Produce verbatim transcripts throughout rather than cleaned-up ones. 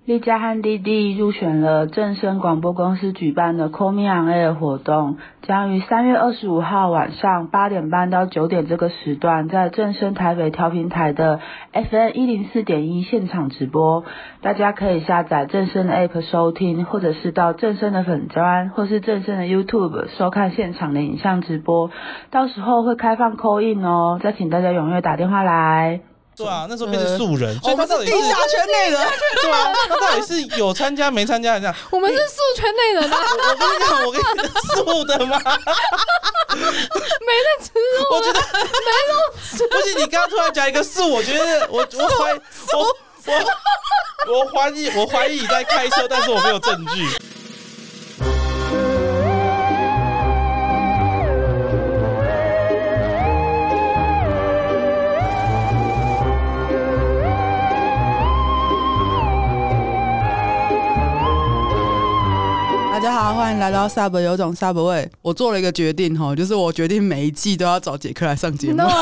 丽佳和弟弟入选了正声广播公司举办的 Call Me On Air 活动，将于三月二十五号晚上八点半到九点这个时段，在正声台北调频台的 F M 一零四点一 现场直播。大家可以下载正声的 App 收听，或者是到正声的粉专或是正声的 YouTube 收看现场的影像直播。到时候会开放 call in 哦，再请大家踊跃打电话来。 对啊，那时候变成素人， 呃、 所以他到底是地下圈内人。 对啊，他到底是有参加没参加这样？ 我们是素圈内人啊！ 我我跟你讲，我跟你讲，素的吗？ 没在吃肉， 我觉得没肉吃。不是你刚刚突然讲一个素，我觉得我我怀我我我怀疑我怀疑你在开车，但是我没有证据。 大家好，欢迎来到 Sub 有种 Sub 味。我做了一个决定，就是我决定每一季都要找杰克来上节目。No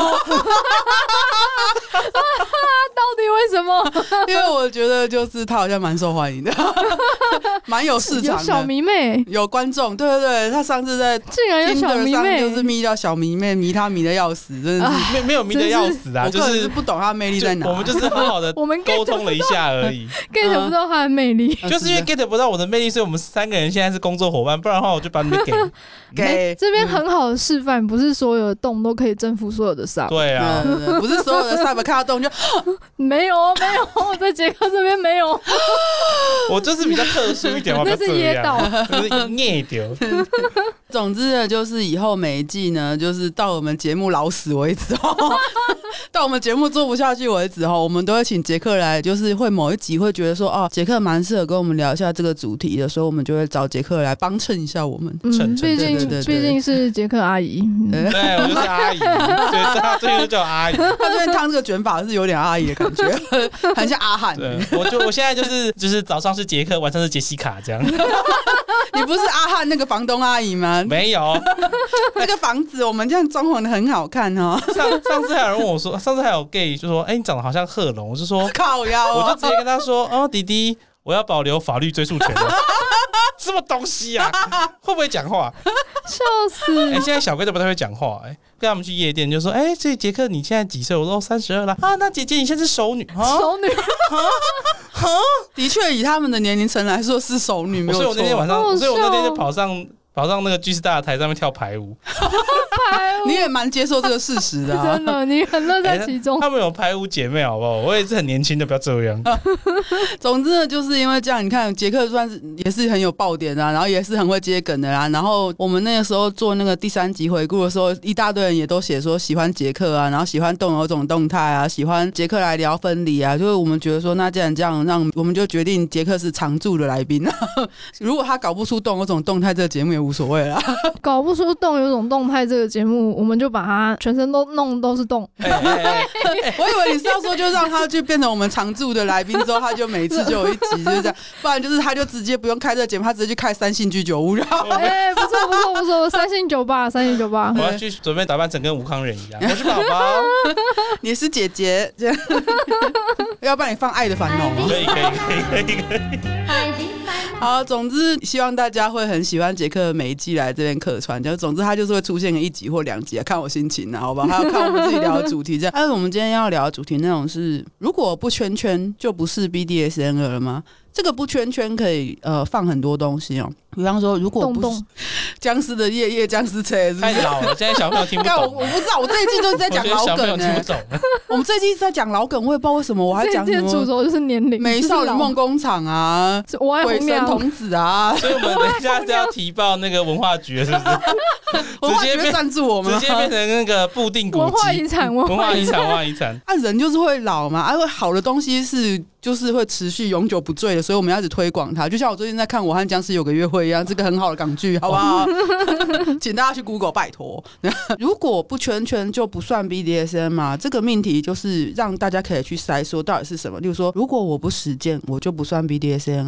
到底为什么？ 因为我觉得就是他好像蛮受欢迎的，蛮有市场的， 有小迷妹， 有观众。对对对，他上次在竟然有小迷妹， 就是迷到小迷妹，迷他迷的要死，真的是没没有迷的要死啊！就是不懂他的魅力在哪。 我们就是好好的沟通了一下而已 ，get 不到他的魅力， 就是因为 get 不到我的魅力，所以我们三个人现在是工作伙伴，不然的话我就把你们给给这边很好的示范，不是所有的洞都可以征服所有的 sub。 对啊， 对对对，不是所有的 sub 看到洞就没有没有，我在杰克这边没有。 我就是比较特殊一点，我那是噎到， 就是噎掉。 总之呢，就是以后每一季呢，就是到我们节目老死为止哦，到我们节目做不下去为止哦，我们都会请杰克来，就是会某一集会觉得说，哦，杰克蛮适合跟我们聊一下这个主题的，所以我们就会找杰克来帮衬一下我们。 嗯，毕竟毕竟是杰克阿姨， 对，我就是阿姨，对，他最近就叫阿姨。 他这边烫这个卷发是有点阿姨的感觉，很像阿汉。 对，我就我现在就是就是早上是杰克，晚上是杰西卡这样。 你不是阿汉那个房东阿姨吗？ 没有， 那个房子我们这样装潢的很好看哦。 上上次还有人问我说，上次还有 gay 就说，哎、欸，你长得好像贺龙，我就说靠腰、哦， 我就直接跟他说，哦，弟弟，我要保留法律追诉权了。什么东西啊？会不会讲话？ 笑死！ 哎、欸，现在小哥都不太会讲话、欸，哎，跟他们去夜店就说，哎、欸，这杰克你现在几岁？我说三十二了啊。那姐姐你现在是熟女啊？ 熟女啊？的确，以他们的年龄层来说是熟女，没有错。 所以我那天晚上，所以我那天就跑上。跑上那个巨石大的台上面跳排舞， 排舞你也蛮接受这个事实的、啊， 真的，你很乐在其中、 欸。他们有排舞姐妹，好不好？我也是很年轻的，不要这样。 总之呢，就是因为这样，你看杰克算是也是很有爆点啊，然后也是很会接梗的啦。然后我们那个时候做那个第三集回顾的时候，一大堆人也都写说喜欢杰克啊，然后喜欢动有种动态啊，喜欢杰克来聊分离啊。就是我们觉得说，那既然这样，让我们就决定杰克是常驻的来宾。如果他搞不出动有种动态这个节目也无所谓啦， 搞不出动有种动态这个节目，我们就把它全身都弄都是动。 欸欸欸我以为你是要说，就让他就变成我们常驻的来宾之后，他就每次就有一集就是这样，不然就是他就直接不用开这个节目，他直接去开三星居酒屋。 哎、欸，不错不错不错，三星酒吧，三星酒吧。 我要去准备打扮成跟吴康仁一样，我是宝宝， 你是姐姐，这样要不然你放爱的烦恼吗？ 可以可以可以可以可以。 好，总之希望大家会很喜欢杰克每一季来这边客串，就总之他就是会出现个一集或两集啊，看我心情啊，好吧？还有看我们自己聊的主题这样。但是我们今天要聊的主题内容是，如果不圈圈就不是 B D S M 了吗？这个不圈圈可以呃放很多东西哦，比方说如果不是僵尸的夜夜僵尸车， 太老了，现在小朋友听不懂。 我我不知道，我这一季都是在讲老梗哎、欸，听不懂。 我们这一季是在讲老梗，我也不知道为什么我还讲什么。 这一季的主轴就是年龄， 美少女梦工厂啊，鬼神童子啊， 所以我们等一下是要提报那个文化局，是不是？ 文化局赞助我们， 直接变成那个布定古迹， 文化遗产， 文化遗产，文化遗产。 啊，人就是会老嘛，啊，好的东西是。就是会持续永久不坠的，所以我们要一直推广它。就像我最近在看《我和僵尸有个约会》一样，这个很好的港剧，好不好？请大家去 Google， 拜托。如果不圈圈就不算 B D S M 嘛？这个命题就是让大家可以去筛说到底是什么。例如说，如果我不实践，我就不算 B D S M 了吗？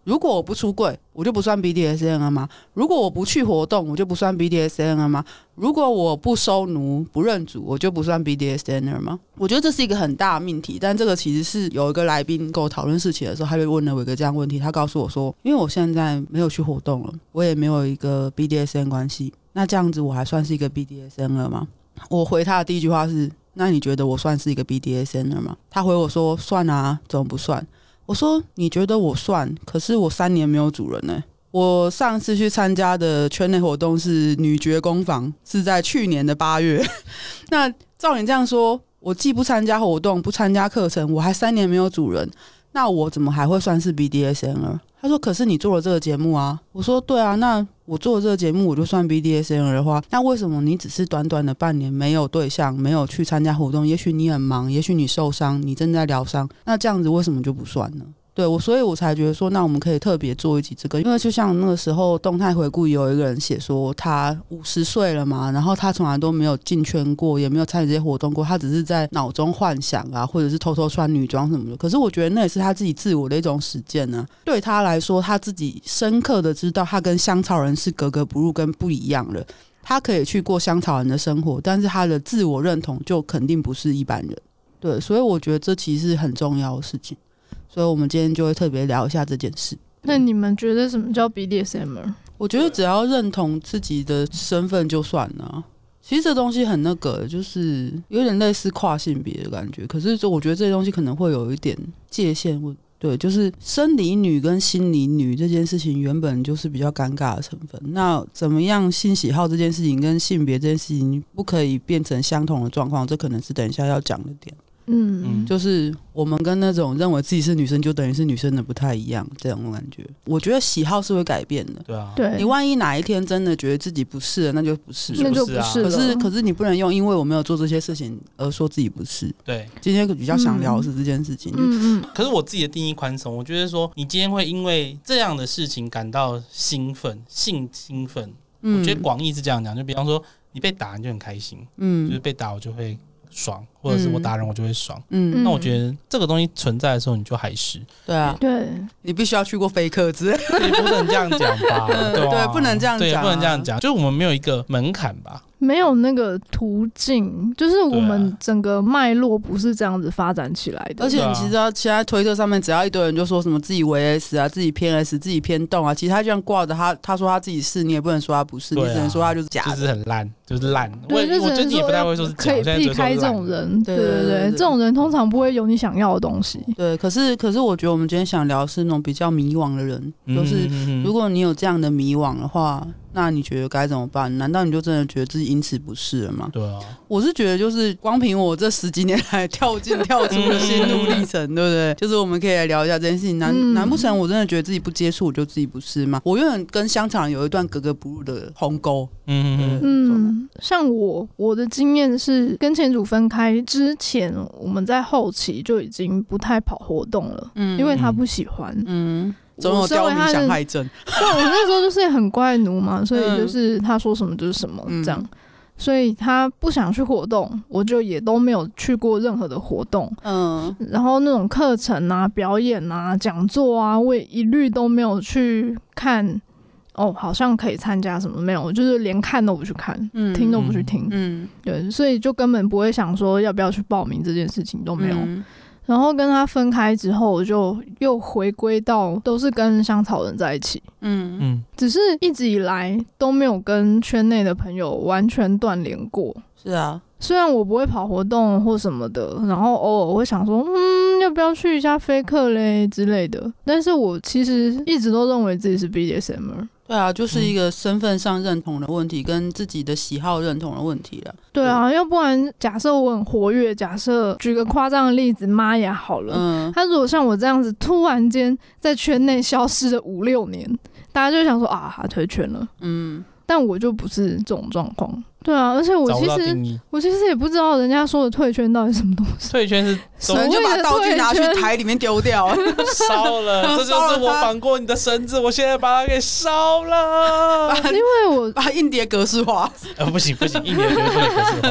如果我不出柜，我就不算 B D S M 了吗？如果我不去活动，我就不算 B D S M 了吗？如果我不收奴不认主，我就不算 B D S M 了吗？我觉得这是一个很大的命题，但这个其实是有一个来宾跟我讨论事情的时候，他就问了我一个这样的问题，他告诉我说，因为我现在没有去活动了，我也没有一个 B D S M 关系，那这样子我还算是一个 B D S M 了吗？我回他的第一句话是，那你觉得我算是一个 B D S M 了吗？他回我说，算啊，怎么不算？我说你觉得我算，可是我三年没有主人呢、欸。我上次去参加的圈内活动是女爵工坊，是在去年的八月。那照你这样说，我既不参加活动，不参加课程，我还三年没有主人，那我怎么还会算是 B D S M 了？他说可是你做了这个节目啊。我说对啊，那我做了这个节目我就算 B D S M 的话，那为什么你只是短短的半年没有对象，没有去参加活动？也许你很忙，也许你受伤，你正在疗伤，那这样子为什么就不算呢？对我，所以我才觉得说，那我们可以特别做一集这个，因为就像那个时候动态回顾，有一个人写说他五十岁了嘛，然后他从来都没有进圈过，也没有参与这些活动过，他只是在脑中幻想啊，或者是偷偷穿女装什么的。可是我觉得那也是他自己自我的一种实践呢、啊。对他来说，他自己深刻的知道他跟香草人是格格不入跟不一样的，他可以去过香草人的生活，但是他的自我认同就肯定不是一般人。对，所以我觉得这其实是很重要的事情。所以我们今天就会特别聊一下这件事。 那你们觉得什么叫 B D S M？ 我觉得只要认同自己的身份就算了。其实这东西很那个，就是有点类似跨性别的感觉。可是我觉得这些东西可能会有一点界限问，对，就是生理女跟心理女这件事情原本就是比较尴尬的成分。那怎么样性喜好这件事情跟性别这件事情不可以变成相同的状况？这可能是等一下要讲的点。嗯，就是我们跟那种认为自己是女生就等于是女生的不太一样，这种感觉。我觉得喜好是会改变的， 对啊， 对， 你万一哪一天真的觉得自己不是了，那就不是了， 那就不是了。 可是可是你不能用因为我没有做这些事情而说自己不是。 对， 今天比较想聊的是这件事情。 嗯嗯。 可是我自己的定义宽松，我觉得说你今天会因为这样的事情感到兴奋，性兴奋。嗯、我觉得广义是这样讲，就比方说你被打你就很开心，嗯，就是被打我就会爽，或者是我打人我就会爽，嗯，那我觉得这个东西存在的时候你就还是对啊， 对， 你必须要去过飞客之类的， 你不能这样讲吧？对, 对，不能这样讲、啊， 对，不能这样讲，就是我们没有一个门槛吧。 没有那个途径，就是我们整个脉络不是这样子发展起来的。 而且你其实道现在推特上面只要一堆人就说什么自己为 S 啊，自己偏 S， 自己偏动啊，其实他这样挂着他，他说他自己是，你也不能说他不是，啊、你只能说他就是假的， 就是很烂，就是烂。 对， 我我最近也不太会说是假， 可以避开这种人。对对 对, 对, 对，这种人通常不会有你想要的东西。 对，可是可是我觉得我们今天想聊的是那种比较迷惘的人，嗯、就是如果你有这样的迷惘的话。那你觉得该怎么办？难道你就真的觉得自己因此不是了吗？ 对啊， 我是觉得就是光凭我这十几年来跳进跳出的心路历程，对不对？就是我们可以来聊一下这件事情。难、嗯、难不成我真的觉得自己不接触我就自己不是吗？我永远跟香肠有一段格格不入的鸿沟。 嗯嗯，像我我的经验是跟前主分开之前，我们在后期就已经不太跑活动了，嗯，因为他不喜欢，嗯。 总有刁民想害症。 对，我那时候就是很乖奴嘛，所以就是他说什么就是什么这样，嗯、所以他不想去活动，我就也都没有去过任何的活动。嗯，然后那种课程啊、表演啊、讲座啊，我也一律都没有去看。哦，好像可以参加什么没有，就是连看都不去看，嗯、听都不去听。嗯，对，所以就根本不会想说要不要去报名这件事情都没有。嗯，然后跟他分开之后，我就又回归到都是跟香草人在一起，嗯嗯，只是一直以来都没有跟圈内的朋友完全断联过。 是啊， 虽然我不会跑活动或什么的，然后偶尔我会想说，嗯，要不要去一下飞客嘞之类的，但是我其实一直都认为自己是 B D S M。 对啊，就是一个身份上认同的问题，跟自己的喜好认同的问题了。 对啊，要不然假设我很活跃，假设举个夸张的例子，玛雅好了，嗯，他如果像我这样子突然间在圈内消失了五六年，大家就想说啊，他退圈了，嗯，但我就不是这种状况。对啊，而且我其实我其实也不知道人家说的退圈到底什么东西。 退圈是可能就把道具拿去台里面丢掉， 烧了。这就是我绑过你的绳子，我现在把它给烧了。 因为我把硬碟格式化。 呃，不行不行，硬碟绝对不能格式化。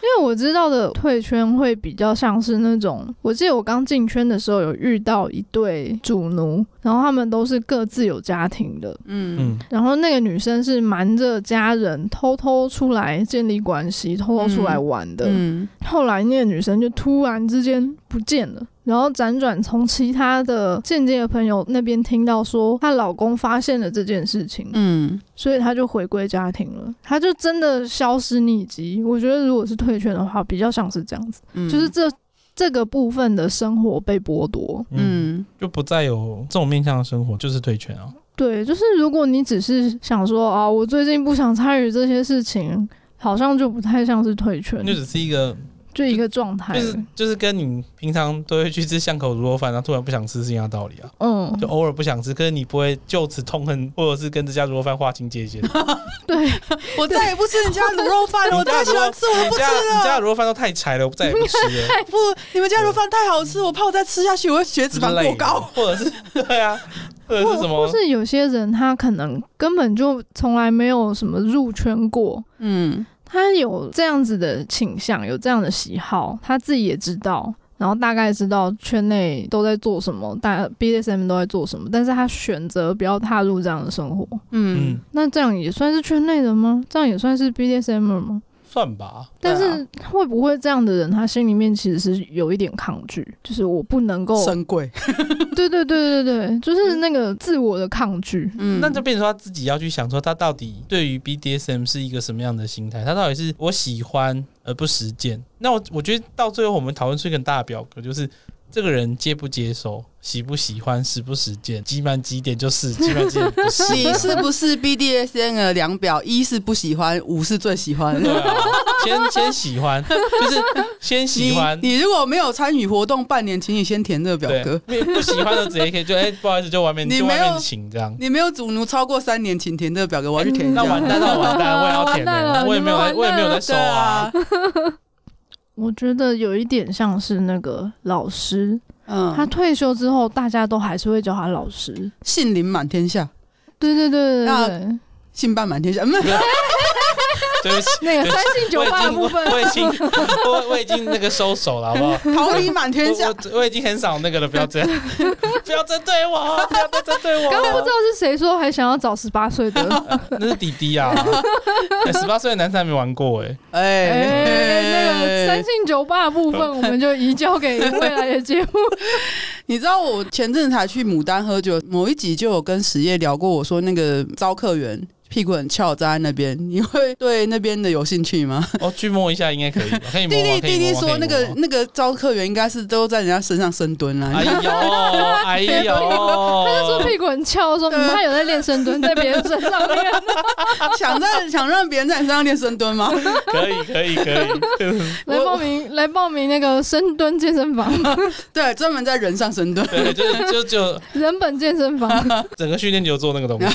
因为我知道的退圈会比较像是那种，我记得我刚进圈的时候有遇到一对主奴，然后他们都是各自有家庭的，嗯，然后那个女生是瞒着家人偷偷出来建立关系，偷偷出来玩的，嗯，后来那个女生就突然之间不见了。然后辗转从其他的间接的朋友那边听到说她老公发现了这件事情，嗯，所以她就回归家庭了，她就真的消失匿迹。我觉得如果是退圈的话比较像是这样子，嗯，就是这这个部分的生活被剥夺， 嗯，就不再有这种面向的生活，就是退圈啊。 对，就是如果你只是想说啊我最近不想参与这些事情，好像就不太像是退圈， 就只是一个就一个状态， 就是就是跟你平常都会去吃巷口卤肉饭，然后突然不想吃是一样的道理啊。嗯，就偶尔不想吃，可是你不会就此痛恨，或者是跟这家卤肉饭划清界限。 对， 我再也不吃你家卤肉饭了，我再喜欢吃我都不吃了。 你家卤肉饭都太柴了，我再也不吃了。 不，你们家卤肉饭太好吃，我怕我再吃下去我会血脂肪过高， 或者是对啊。或者是什么？ 或是有些人他可能根本就从来没有什么入圈过，嗯，他有这样子的倾向，有这样的喜好，他自己也知道，然后大概知道圈内都在做什么，大 B D S M 都在做什么，但是他选择不要踏入这样的生活，嗯，那这样也算是圈内的吗？这样也算是 B D S M 吗？ 算吧， 但是会不会这样的人他心里面其实是有一点抗拒，就是我不能够深贵对对对对对，就是那个自我的抗拒， 嗯，那就变成说他自己要去想说他到底对于 B D S M 是一个什么样的心态，他到底是我喜欢而不实践。那我我觉得到最后我们讨论出一个很大的表格，就是这个人接不接受，喜不喜欢，实不实践，积满几点就是，积满几点不是。 你是不是 B D S M 的量表？一是不喜欢，五是最喜欢。 对啊，先先喜欢，就是先喜欢。 你, 你如果没有参与活动半年，请你先填这个表格。 不喜欢的直接可以就哎、欸，不好意思，就外面你就外面请这样。 你没有主奴超过三年，请填这个表格，我要去填一下。 那完蛋，那完蛋，我也要填的、欸，我也没有在，我也没有在收啊。 我觉得有一点像是那个老师。嗯，他退休之后，大家都还是会叫他老师， 姓林满天下。 对对对对对， 姓半满天下。 对不起， 那个三姓九霸的部分， 我已经我我已经那个收手了，好不好？ 桃李满天下， 我, 我, 我已经很少那个了，不要这样，不要针对我，不要再针对我。 刚刚不知道是谁说还想要找十八岁的、 啊，那是弟弟啊，十八岁的男生还没玩过哎、 欸，哎、欸欸，那个三姓九霸的部分，我们就移交给未来的节目。 你知道我前阵子才去牡丹喝酒，某一集就有跟史业聊过，我说那个招客员屁股很翘站在那边，你会对那边的有兴趣吗？ 哦，去摸一下应该可以吧？可以摸。 弟弟弟弟说那个那个招客员应该是都在人家身上深蹲啦。 哎呦哎呦， 他就说屁股很翘，说、嗯、他有在练深蹲，在别人身上练。 想在想让别人在你身上练深蹲吗？ 可以可以可以。 来报名来报名那个深蹲健身房。 对，专门在人上深蹲。 对，就是就就人本健身房， 整个训练就做那个东西。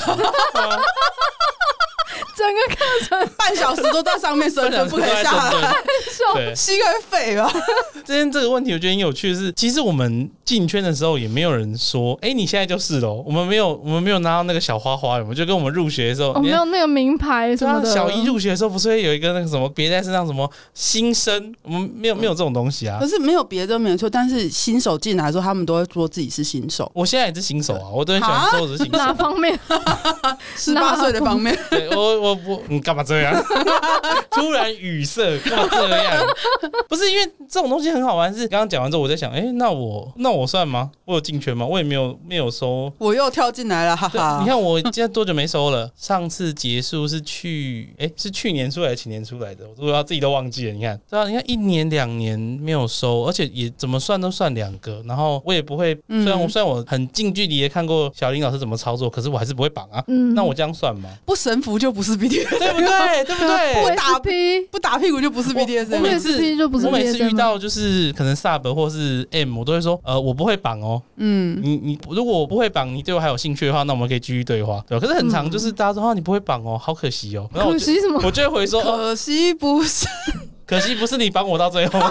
整个课程半小时都在上面深蹲，不可以下来， 对， 膝盖废了。 今天这个问题我觉得很有趣的是，其实我们进圈的时候也没有人说，哎、欸，你现在就是咯，我们没有，我们没有拿到那个小花花，我们就跟我们入学的时候， 哦，没有那个名牌什么的。 小一入学的时候不是会有一个那个什么别在身上什么新生，我们没有没有这种东西啊。 可是没有别的没有错，但是新手进来的时候，他们都会说自己是新手。 我现在也是新手啊，我都很喜欢说我是新手。 哪方面？ 十八岁的方面。 对我我我你干嘛这样？突然语塞，干嘛这样？不是因为这种东西很好玩，是刚刚讲完之后，我在想，哎、欸，那我那我算吗？我有进圈吗？我也没有没有收， 我又跳进来了，哈哈！ 你看我现在多久没收了？上次结束是去，哎、欸，是去年出来，前年出来的，我要自己都忘记了。你看，对啊，你看一年两年没有收，而且也怎么算都算两个，然后我也不会，虽然我、嗯、虽然我很近距离的看过小林老师怎么操作，可是我还是不会绑啊。嗯，那我这样算吗？ 不神服就不是 B D S M， 对不对？对不对？ 不打屁不打屁股就不是 B D S M。 我每次我每次遇到就是可能 sub 或是 M， 我都会说，呃，我不会绑哦。嗯，你你如果我不会绑，你对我还有兴趣的话，那我们可以继续对话，对吧？可是很常就是大家说啊，你不会绑哦，好可惜哦。然后我可惜什么？ 我就会回说， 可惜不是， 可惜不是你绑我到最后。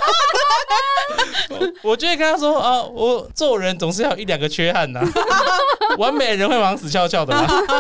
我就会跟他说啊，我做人总是要有一两个缺憾呐、啊，完美的人会往死翘翘的啦。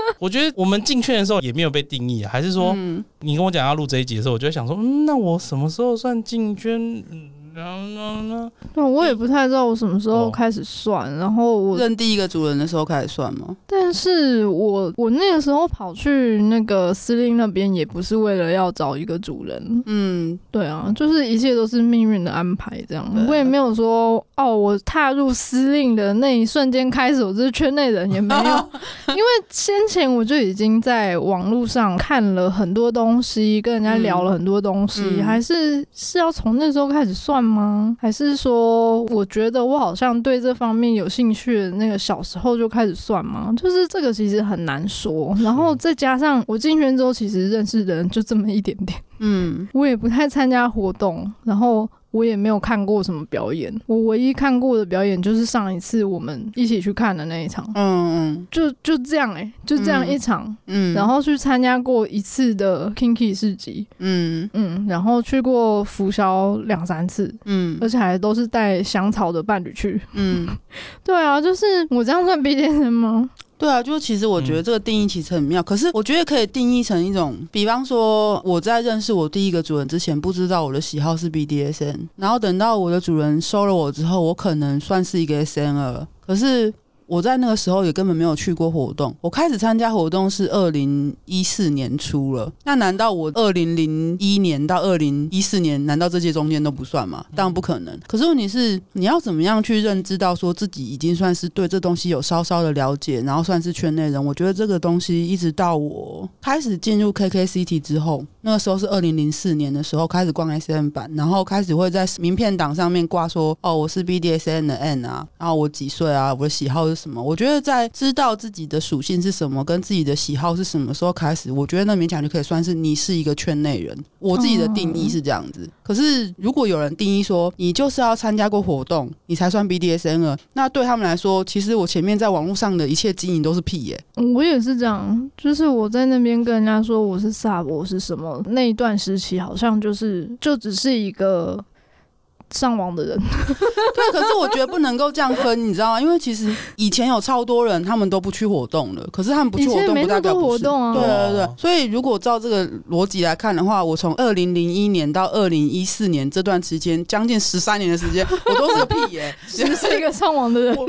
我觉得我们进圈的时候也没有被定义啊，还是说、嗯、你跟我讲要录这一集的时候，我就在想说，嗯，那我什么时候算进圈？嗯对，我也不太知道我什么时候开始算，然后我认第一个主人的时候开始算吗？ 但是我我那个时候跑去那个司令那边，也不是为了要找一个主人，嗯，对啊，就是一切都是命运的安排，这样，我也没有说哦，我踏入司令的那一瞬间开始，我就是圈内人也没有，因为先前我就已经在网络上看了很多东西，跟人家聊了很多东西，嗯、还是是要从那时候开始算吗？还是说我觉得我好像对这方面有兴趣的那个小时候就开始算吗？就是这个其实很难说，然后再加上我进圈之后其实认识的人就这么一点点，嗯，我也不太参加活动，然后我也没有看过什么表演，我唯一看过的表演就是上一次我们一起去看的那一场，嗯嗯，就就这样哎、欸，就这样一场，嗯，然后去参加过一次的 Kinky 市集，嗯嗯，然后去过浮销两三次，嗯，而且还都是带香草的伴侣去，嗯，对啊，就是我这样算 B D S M 吗？ 对啊，就其实我觉得这个定义其实很妙、嗯、可是我觉得可以定义成一种，比方说我在认识我第一个主人之前不知道我的喜好是 B D S M， 然后等到我的主人收了我之后，我可能算是一个 S M 了，可是我在那个时候也根本没有去过活动，我开始参加活动是二零一四年初了，那难道我二零零一年到二零一四年难道这些中间都不算吗？当然不可能。可是问题是你要怎么样去认知到说自己已经算是对这东西有稍稍的了解，然后算是圈内人，我觉得这个东西一直到我开始进入 K K C T 之后，那个时候是二零零四年的时候开始逛 S M 版，然后开始会在名片档上面挂说哦我是 B D S M 的 N 啊，然后我几岁啊，我的喜好是什么。我觉得在知道自己的属性是什么跟自己的喜好是什么时候开始，我觉得那勉强就可以算是你是一个圈内人，我自己的定义是这样子、嗯、可是如果有人定义说你就是要参加过活动你才算 B D S M 了，那对他们来说其实我前面在网络上的一切经营都是屁耶、 欸、我也是这样，就是我在那边跟人家说我是 sub 我是什么，那一段时期好像就是就只是一个上网的人对，可是我觉得不能够这样分你知道吗？因为其实以前有超多人他们都不去活动了，可是他们不去活动不代表不是， 以前没那么多活动啊， 对对对，所以如果照这个逻辑来看的话，我从二零零一年到二零一四年这段时间将近十三年的时间我都是个屁耶、 欸、只是一个上网的人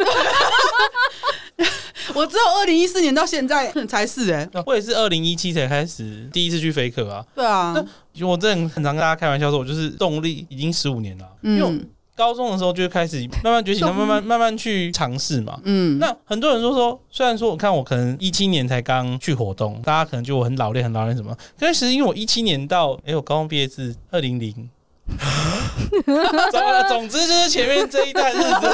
我只有二零一四年到现在才是哎、 欸，我也是二零一七才开始第一次去飞客啊。 对啊， 那我真的很常跟大家开玩笑说，我就是动力已经十五年了、啊，嗯、因为我高中的时候就开始慢慢觉醒，慢慢慢慢去尝试嘛。嗯，那很多人说说，虽然说我看我可能一七年才刚去活动，大家可能觉得我很老练很老练什么，但其实因为我一七年到，哎、欸，我高中毕业是二零零。总, 总之就是前面这一段日子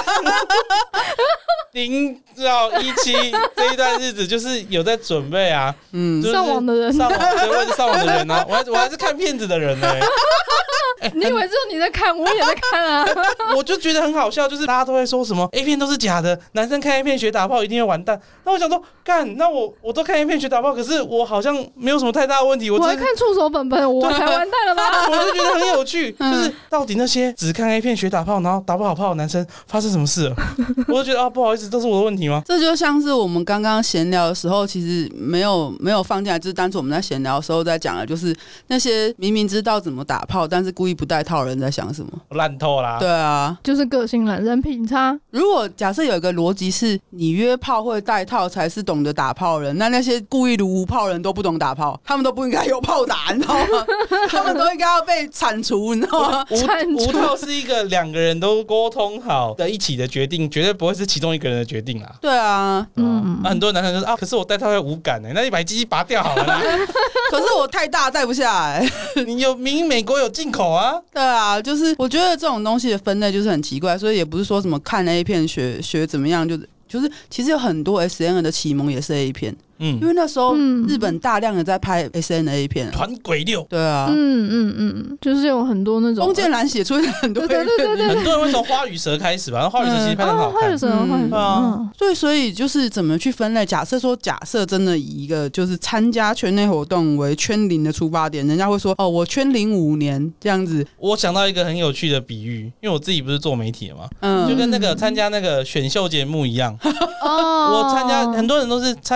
零到一七这一段日子就是有在准备啊，嗯，就是、 上网的人， 上网对，我也是上网的人啊，我还我还是看片子的人呢、欸。 欸、你以为只有你在看，我也在看啊。 我就觉得很好笑，就是大家都会说什么 A 片都是假的，男生看 A 片学打炮一定会完蛋。那我想说，干，那我我都看 A 片学打炮，可是我好像没有什么太大的问题。我, 我还看触手本本，我才完蛋了吗？ 我就觉得很有趣，就是到底那些只看 A 片学打炮，然后打不好炮的男生发生什么事了？我就觉得啊，不好意思，这是我的问题吗？ 这就像是我们刚刚闲聊的时候，其实没有没有放进来，就是单纯我们在闲聊的时候在讲的，就是那些明明知道怎么打炮，但是故意不带套的人在想什么？ 烂透啦！ 对啊， 就是个性懒，人品差。 如果假设有一个逻辑是你约炮会带套才是懂得打炮人，那那些故意如无炮人都不懂打炮，他们都不应该有炮打，你知道吗？他们都应该要被铲除，你知道吗？ 无无套是一个两个人都沟通好的一起的决定，绝对不会是其中一个人的决定啦。 对啊， 嗯，啊、很多男生就说啊，可是我带套会无感哎、欸，那你把鸡鸡拔掉好了啦。 可是我太大带不下来、欸， 你有明明美国有进口啊。 对啊，就是我觉得这种东西的分类就是很奇怪，所以也不是说什么看 A 片学学怎么样，就就是其实有很多 S N 的启蒙也是 A 片。嗯，因为那时候日本大量的在拍 S N 的 A 片， 团鬼六， 对啊， 嗯嗯嗯，就是有很多那种弓箭栏写出很多 A 片， 对对对对， 很多人会从花与蛇开始吧，然后花与蛇其实拍得很好看， 花与蛇，花与蛇， 啊，对，所以就是怎么去分类？假设说，假设真的以一个就是参加圈内活动为圈零的出发点，人家会说哦，我圈零五年这样子。 我想到一个很有趣的比喻，因为我自己不是做媒体的嘛，嗯，就跟那个参加那个选秀节目一样。哦，我参加很多人都是参加选秀节目。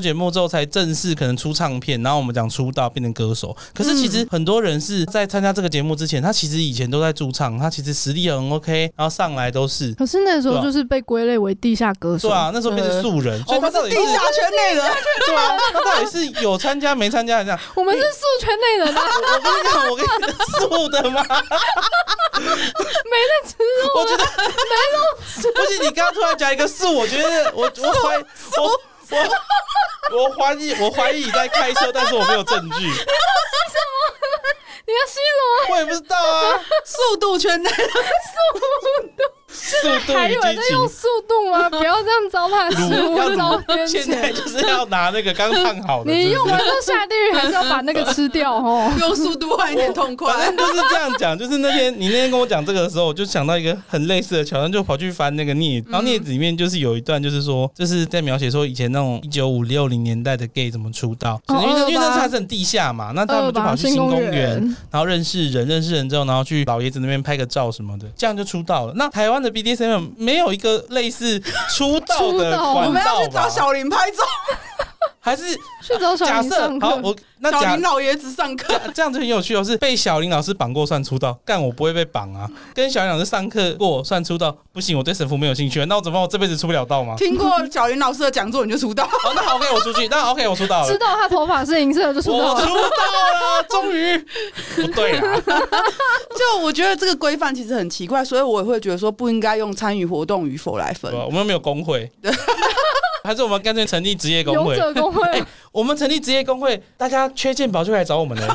节目之后才正式可能出唱片，然后我们讲出道变成歌手。可是其实很多人是在参加这个节目之前，他其实以前都在驻唱，他其实实力很 OK， 然后上来都是。 可是那时候就是被归类为地下歌手。 对啊，那时候变成素人，所以他到底是地下圈内人。 对啊，他到底是有参加没参加这样？ 我们是素圈内人啊！ 我跟你讲，我跟你讲，素的吗？ 没在吃肉， 我觉得没肉。不行，你刚刚突然讲一个素，我觉得我我怀我我我怀疑我怀疑你在开车，但是我没有证据。 你要吸什么？你要吸什么？ 我也不知道啊。 速度圈内人， 速度。 速度还有人在用速度吗？不要这样糟蹋食物，糟天现在就是要拿那个刚烫好的。 你用完之后下地狱，还是要把那个吃掉哦。 用速度换一点痛快。 反正就是这样讲，就是那天你那天跟我讲这个的时候，我就想到一个很类似的桥段，就跑去翻那个镊子，然后镊子里面就是有一段，就是说，就是在描写说以前那种一九五六零年代的 gay 怎么出道，哦、因为因为那还是很地下嘛，那他们就跑去新公园，然后认识人，认识人之后，然后去老爷子那边拍个照什么的，这样就出道了。那台湾的 B D S M 没有一个类似出道的管道吧？ 我们要去找小林拍照。 还是去找小林上课？ 好，我那小林老爷子上课， 这样就很有趣哦。是被小林老师绑过算出道？干我不会被绑啊！跟小林老师上课过算出道？不行，我对神父没有兴趣。那我怎么办？我这辈子出不了道吗？ 听过小林老师的讲座你就出道？ 哦，那 OK， 我出去。那 OK， 我出道了。 知道他头发是银色就出道了。 我出道了，终于不对啊！ 就我觉得这个规范其实很奇怪，所以我也会觉得说不应该用参与活动与否来分。 我们没有工会。还是我们干脆成立职业工会？ 勇者工会、 欸。我们成立职业工会，大家缺健保就来找我们了。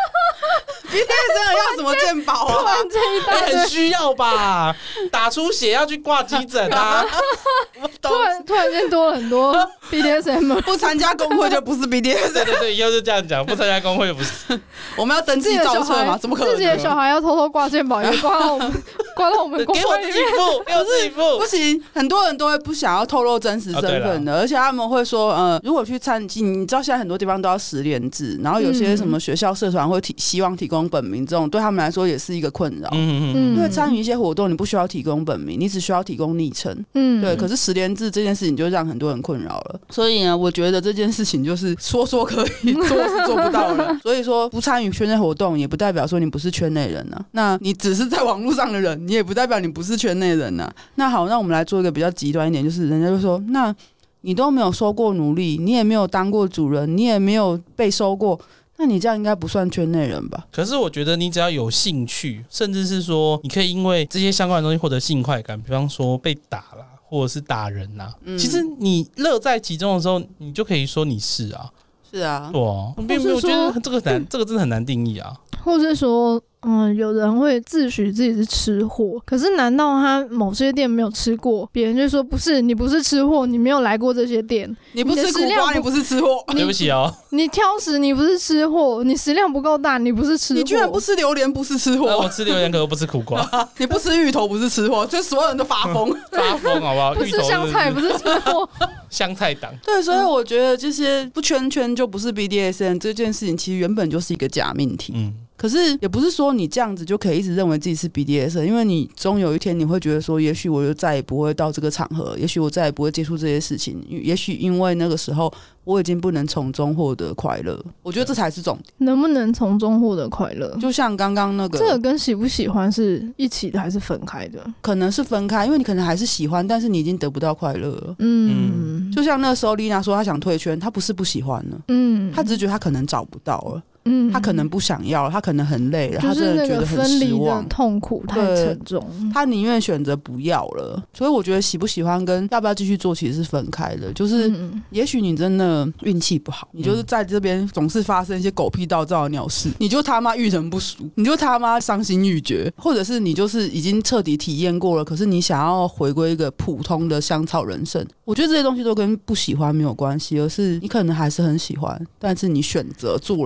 B D S M 要什么健保啊？ 欸、很需要吧？打出血要去挂急诊啊！ 突然突然间多了很多 B D S M， 不参加工会就不是 B D S M。 对对对，以后就这样讲，不参加工会不是。 我们要登记造册吗？怎么可能？ 自己的小孩要偷偷挂健保，也挂到我们挂到我们工会里面。 给我自己付，给我自己付。 不行，很多人都会不想要透露真实身份的，哦、而且他们会说，呃，如果去参，你知道现在很多地方都要实联制，然后有些什么学校社团会提希望提供本名，这种对他们来说也是一个困扰。嗯嗯，因为参与一些活动，你不需要提供本名，你只需要提供昵称。嗯，对。可是实联制这件事情就让很多人困扰了，所以呢，我觉得这件事情就是说说可以，做是做不到了。所以说，不参与圈内活动，也不代表说你不是圈内人啊。那你只是在网络上的人，你也不代表你不是圈内人啊。那好，那我们来做一个比较极端一点，就是人家就说，那你都没有收过奴隶，你也没有当过主人，你也没有被收过。那你这样应该不算圈内人吧？ 可是我觉得你只要有兴趣，甚至是说你可以因为这些相关的东西获得性快感，比方说被打啦，或者是打人啦、嗯、其实你乐在其中的时候，你就可以说你是啊， 是啊， 对啊，我并没有觉得这个难，这个真的很难定义啊。 或是说，嗯，有人会自诩自己是吃货，可是难道他某些店没有吃过，别人就说不是，你不是吃货，你没有来过这些店， 你不吃苦瓜，你不是吃货， 对不起哦， 你挑食，你不是吃货，你食量不够大，你不是吃货， 你居然不吃榴莲，不是吃货， 呃、我吃榴莲可我不吃苦瓜， 你不吃芋头不是吃货，就所有人都发疯， 发疯好不好？ 不吃香菜不是吃货， 香菜党。 对，所以我觉得这些不圈圈就不是 B D S M 这件事情，其实原本就是一个假命题。嗯。可是也不是说你这样子就可以一直认为自己是 B D S M， 因为你终有一天你会觉得说，也许我就再也不会到这个场合，也许我再也不会接触这些事情，也许因为那个时候我已经不能从中获得快乐。我觉得这才是重点， 能不能从中获得快乐？ 就像刚刚那个， 这个跟喜不喜欢是一起的还是分开的？ 可能是分开，因为你可能还是喜欢，但是你已经得不到快乐了。嗯，就像那时候丽娜说她想退圈，她不是不喜欢了，嗯，她只是觉得她可能找不到了。嗯，他可能不想要了，他可能很累了，他真的觉得很失望， 的痛苦太沉重， 他宁愿选择不要了。所以我觉得喜不喜欢跟要不要继续做其实是分开的。就是也许你真的运气不好，你就是在这边总是发生一些狗屁倒灶的鸟事，你就他妈遇人不淑，你就他妈伤心欲绝，或者是你就是已经彻底体验过了，可是你想要回归一个普通的香草人生。我觉得这些东西都跟不喜欢没有关系，而是你可能还是很喜欢，但是你选择做了什么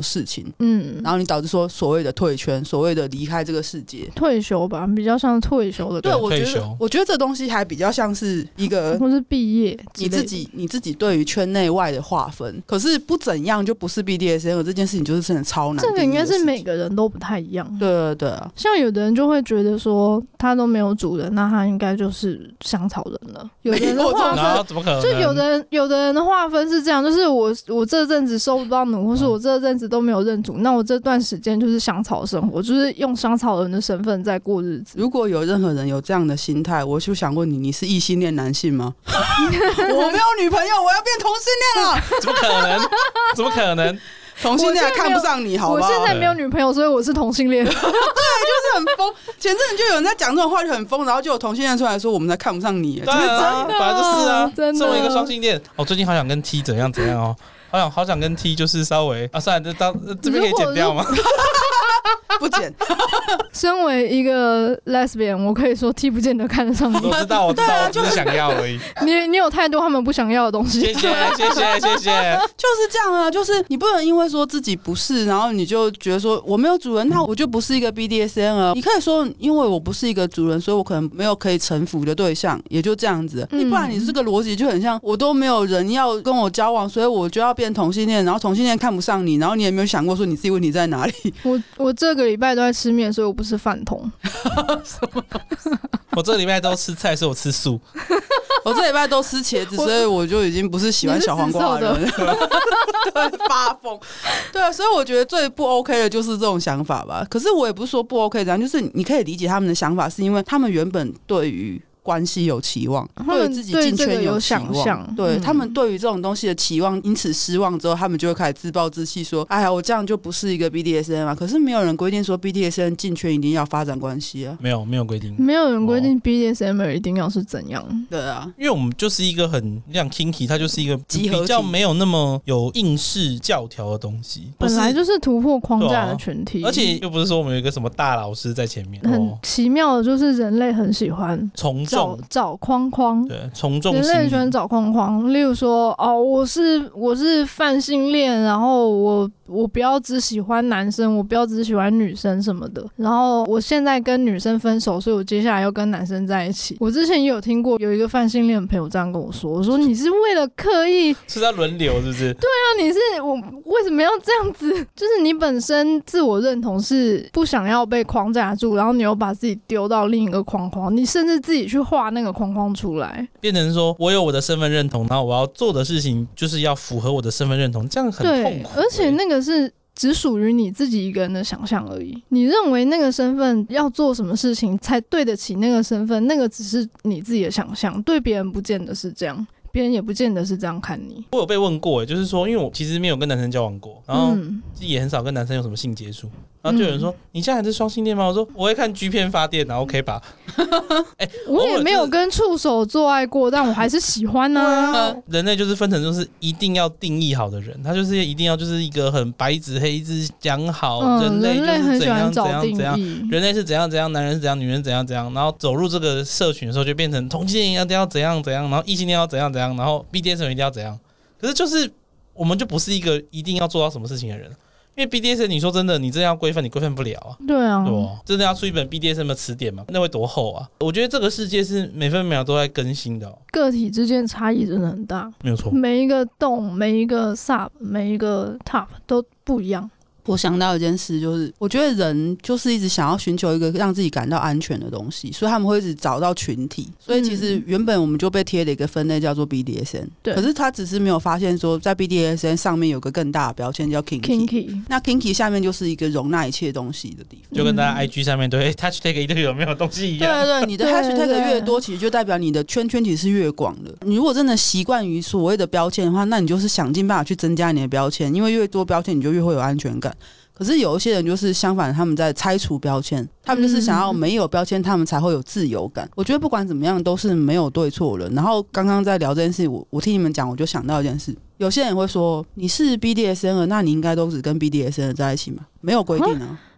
事情，嗯，然后你导致说所谓的退圈，所谓的离开这个世界， 退休吧，比较像退休的。 对，我觉得我觉得这东西还比较像是一个， 或是毕业你自己你自己对于圈内外的划分。可是不怎样就不是 B D S M 这件事情，就是真的超难。 这个应该是每个人都不太一样。 对对对啊， 像有的人就会觉得说他都没有主人，那他应该就是香草人了。有的人的划分怎么可能？ 就有的人有的人的划分是这样，就是我我这阵子收不到奴，或是我这阵子都没有认主，那我这段时间就是香草生活，就是用香草人的身份在过日子。 如果有任何人有这样的心态，我就想问你，你是异性恋男性吗？我没有女朋友，我要变同性恋了？ 怎么可能？怎么可能？ 同性恋还看不上你，好不好？ 我现在没有女朋友，所以我是同性恋。对，就是很疯。前阵子就有人在讲这种话，就很疯，然后就有同性恋出来说我们才看不上你。 对啊，本来就是啊， 作为一个双性恋，我、哦、最近好想跟 T 怎样怎样哦，好想好想跟 T 就是稍微啊，算了，这当这边可以剪掉吗？ 不剪。 身为一个 lesbian， 我可以说 T 不见得看得上你。 我知道，我知道，我只是想要而已。 你你有太多他们不想要的东西。 谢谢，谢谢，谢谢。 就是这样啊，就是你不能因为说自己不是，然后你就觉得说我没有主人，那我就不是一个 B D S M 啊。你可以说，因为我不是一个主人，所以我可能没有可以臣服的对象，也就这样子。你、嗯、不然你这个逻辑就很像，我都没有人要跟我交往，所以我就要变同性恋，然后同性恋看不上你，然后你也没有想过说你自己问题在哪里。 我我这个礼拜都在吃面，所以我不是饭桶。 什么？ 我这个礼拜都吃菜，所以我吃素。 我这礼拜都吃茄子，所以我就已经不是喜欢小黄瓜的人。对，发疯。对啊，所以我觉得最不 OK 的就是这种想法吧。可是我也不是说不 OK 这样，就是你可以理解他们的想法，是因为他们原本对于关系有期望，对自己进圈有期望， 想对、 嗯、 他们对于这种东西的期望，因此失望之后，他们就会开始自暴自弃，说：“哎呀，我这样就不是一个 B D S M 啊。”可是没有人规定说 B D S M 进圈一定要发展关系啊， 没有，没有规定， 没有人规定 B D S M 一定要是怎样。 对啊， 因为我们就是一个很像 kinky， 它就是一个比较没有那么有应试教条的东西， 本来就是突破框架的群体， 啊、而且又不是说我们有一个什么大老师在前面。 很奇妙的就是人类很喜欢从众找框。框框对，从众人类很喜欢找框框，例如说，哦，我是我是泛性恋，然后我我不要只喜欢男生，我不要只喜欢女生什么的，然后我现在跟女生分手，所以我接下来要跟男生在一起。我之前也有听过有一个泛性恋的朋友这样跟我说，我说你是为了刻意是在轮流是不是？ 对啊，你是我为什么要这样子？就是你本身自我认同是不想要被框架住，然后你又把自己丢到另一个框框，你甚至自己去画那个框框出来， 变成说我有我的身份认同，然后我要做的事情就是要符合我的身份认同，这样很痛苦、欸。 对，而且那个是只属于你自己一个人的想象而已。你认为那个身份要做什么事情才对得起那个身份，那个只是你自己的想象，对别人不见得是这样。别人也不见得是这样看你。 我有被问过，就是说，因为我其实没有跟男生交往过，然后也很少跟男生有什么性接触，然后就有人说：“嗯、你现在还是双性恋吗？”我说：“我会看 G 片发电，然后 OK 吧。欸” 我也没有跟触手做爱过，但我还是喜欢啊。 人类就是分成就是一定要定义好的人，他就是一定要就是一个很白纸黑字讲好、嗯，人类就是怎样怎样怎样，人类是怎样怎样，男人是怎样，女人怎样怎样，然后走入这个社群的时候就变成同性恋一定要怎样怎样，然后异性恋要怎样怎样。然后 B D S M 一定要怎样，可是就是我们就不是一个一定要做到什么事情的人，因为 B D S M 你说真的，你真的要规范，你规范不了啊。 对啊， 对哦，真的要出一本 B D S M 的词典嘛？那会多厚啊？我觉得这个世界是每分每秒都在更新的、哦， 个体之间差异真的很大， 没有错。 每一个洞、每一个 sub、每一个 top 都不一样。 我想到一件事，就是我觉得人就是一直想要寻求一个让自己感到安全的东西，所以他们会一直找到群体。所以其实原本我们就被贴了一个分类叫做 B D S M， 对。可是他只是没有发现说，在 B D S M 上面有个更大的标签叫 Kinky。那 Kinky 下面就是一个容纳一切东西的地方， 就跟大家 I G 上面对 Hashtag 一定有没有东西一样。 对对对，你的 Hashtag 越多，其实就代表你的圈圈其实是越广的。你如果真的习惯于所谓的标签的话，那你就是想尽办法去增加你的标签，因为越多标签，你就越会有安全感。可是有一些人就是相反，他们在拆除标签，他们就是想要没有标签，他们才会有自由感。我觉得不管怎么样都是没有对错人。然后刚刚在聊这件事，我我听你们讲，我就想到一件事，有些人会说你是 B D S M 那你应该都只跟 B D S M 在一起嘛？没有规定啊。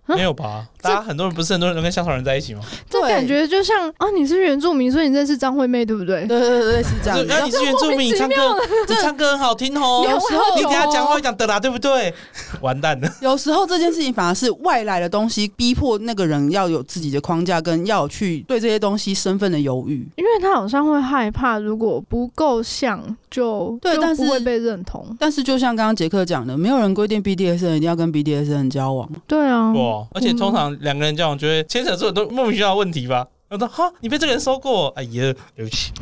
没有吧？大家很多人不是很多人都跟香草人在一起吗？ 这感觉就像啊，你是原住民，所以你认识张惠妹，对不对？ 对对对，是这样。 那你是原住民，你唱歌你唱歌很好听哦。 有时候你等下讲话会讲的啦，对不对？完蛋了。 有时候这件事情反而是外来的东西逼迫那个人要有自己的框架，跟要去对这些东西身份的犹豫， 因为他好像会害怕，如果不够像就对， 就但是不会被认同。 但是就像刚刚杰克讲的，没有人规定 B D S M 一定要跟 B D S M 交往。 对啊， 哇！而且通常两个人交往就会牵扯出很多莫名其妙的问题吧。我说哈，你被这个人收过？哎呀，对不起。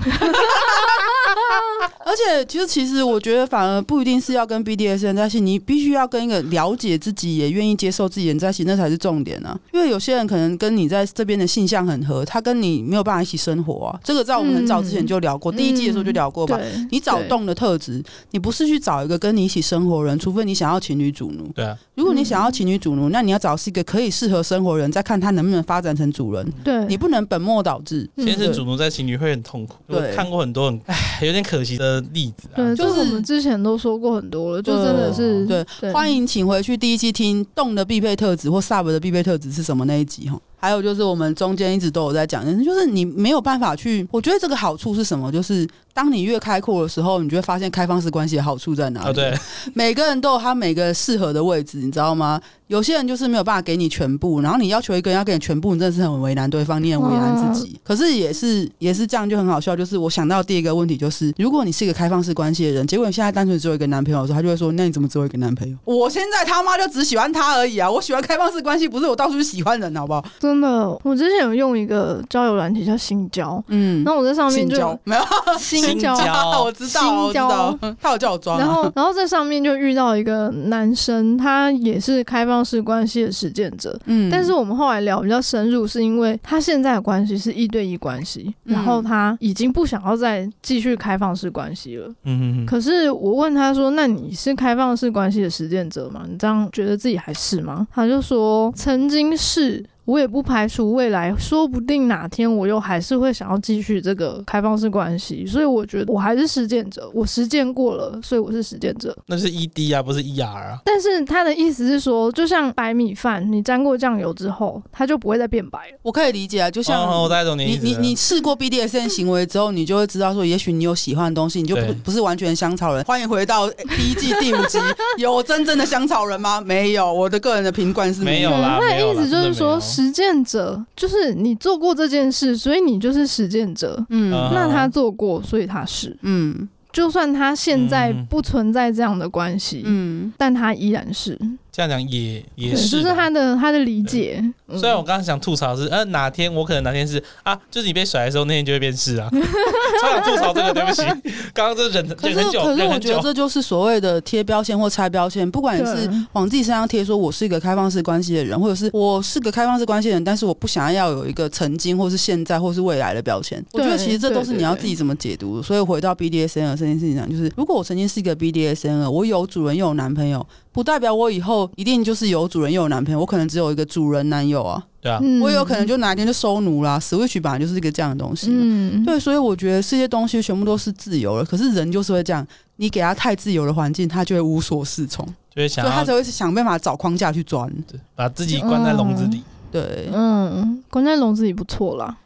而且其实其实我觉得反而不一定是要跟 B D S M 在一起，你必须要跟一个了解自己也愿意接受自己的人在一起，那才是重点啊。因为有些人可能跟你在这边的性向很合，他跟你没有办法一起生活啊。这个在我们很早之前就聊过，嗯、第一季的时候就聊过吧。 嗯、 你找动的特质，你不是去找一个跟你一起生活的人，除非你想要情侣主奴。 对啊。 如果你想要情侣主奴，那你要找是一个可以适合生活的人，再看他能不能发展成主人。 对， 你不能本末倒置。 先是主奴在情侣会很痛苦。我看过很多很唉有点可惜的例子、啊。 对，就是我们之前都说过很多了，就真的是对, 对, 对。欢迎请回去第一期听动的必备特质或 sub 的必备特质是什么那一集哈。还有就是我们中间一直都有在讲，就是你没有办法去，我觉得这个好处是什么？就是当你越开阔的时候，你就会发现开放式关系的好处在哪里。 哦、对， 每个人都有他每个适合的位置，你知道吗？有些人就是没有办法给你全部，然后你要求一个人要给你全部，你真的是很为难对方，你很为难自己。哦、可是也是也是这样就很好笑，就是我想到第一个问题就是，如果你是一个开放式关系的人，结果你现在单纯只有一个男朋友的时候，他就会说，那你怎么只有一个男朋友？我现在他妈就只喜欢他而已啊！我喜欢开放式关系，不是我到处去喜欢人，好不好？ 真的，我之前有用一个交友软体叫新交，嗯，那我在上面就没有新交， 我知道，我知道，他有叫我装、啊， 然后然后在上面就遇到一个男生，他也是开放式关系的实践者，嗯，但是我们后来聊比较深入，是因为他现在的关系是一对一关系，嗯、然后他已经不想要再继续开放式关系了，嗯嗯，可是我问他说，那你是开放式关系的实践者吗？你这样觉得自己还是吗？他就说曾经是。我也不排除未来，说不定哪天我又还是会想要继续这个开放式关系，所以我觉得我还是实践者，我实践过了，所以我是实践者。 那是 E D 啊，不是 E R 啊。 但是他的意思是说，就像白米饭，你沾过酱油之后，它就不会再变白了。 我可以理解啊，就像、 哦、我大概懂你意思了。 你你你试过 B D S M 行为之后，你就会知道说，也许你有喜欢的东西，你就 不, 不是完全香草人。欢迎回到第一季第五集，有真正的香草人吗？没有，我的个人的评断是没有啦。 他的意思就是说，实践者。就是你做过这件事，所以你就是实践者。嗯，那他做过，所以他是。嗯，就算他现在不存在这样的关系，嗯，但他依然是。 这样讲也也是， 就是他的他的理解。 嗯、虽然我刚刚想吐槽的是，呃，哪天我可能哪天是啊，就是你被甩的时候，那天就会变是啊。超想吐槽这个，对不起，刚刚这忍忍很久， 可是我觉得这就是所谓的贴标签或拆标签，不管你是往自己身上贴，说我是一个开放式关系的人，或者是我是个开放式关系的人，但是我不想要有一个曾经或是现在或是未来的标签。我觉得其实这都是你要自己怎么解读。所以回到 B D S M 这件事情上，就是如果我曾经是一个 B D S M， 我有主人又有男朋友，不代表我以后一定就是有主人又有男朋友，我可能只有一个主人男友啊。 对啊， 我有可能就哪一天就收奴啦。Switch 本来就是一个这样的东西，嗯，对，所以我觉得这些东西全部都是自由了。可是人就是会这样，你给他太自由的环境，他就会无所适从， 就会想， 所以他才会想办法找框架去钻， 把自己关在笼子里。 嗯对， 嗯，关在笼子里不错啦。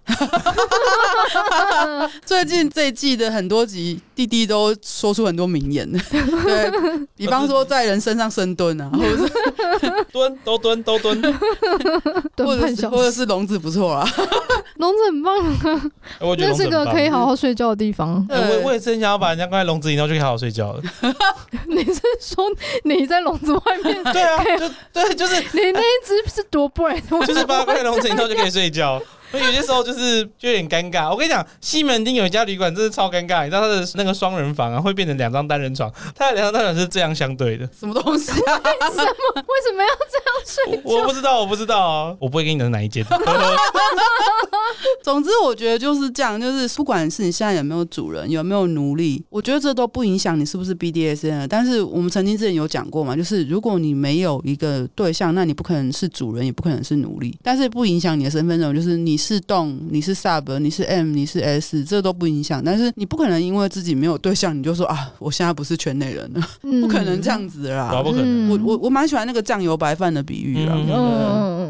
最近这一季的很多集，弟弟都说出很多名言，对，比方说在人身上深蹲啊，或者是蹲都蹲都蹲， 或者是或者是笼子不错啦， 笼子很棒啊， 我觉得那是个可以好好睡觉的地方。 我我也真想要把人家关在笼子里，然后就可以好好睡觉了。 你是说你在笼子外面？ 对啊，就对，就是你那一只是多 bright， 就是把它关在笼子里，然后就可以睡觉。所以有些时候就是就有点尴尬。我跟你讲，西门町有一家旅馆真是超尴尬，你知道他的那个双人房啊会变成两张单人床，他的两张单人是这样相对的。 什么东西啊？ 为什么？为什么要这样睡觉？ 我, 我不知道，我不知道啊，我不会跟你讲哪一间。 总之，我觉得就是这样，就是不管是你现在有没有主人，有没有奴隶，我觉得这都不影响你是不是 B D S M。但是我们曾经之前有讲过嘛，就是如果你没有一个对象，那你不可能是主人，也不可能是奴隶。但是不影响你的身份认同，就是你是动，你是 sub， 你是 M， 你是 S， 这都不影响。但是你不可能因为自己没有对象，你就说啊，我现在不是圈内人了，嗯、不可能这样子啦。 不可能。 我我我蛮喜欢那个酱油白饭的比喻啦。嗯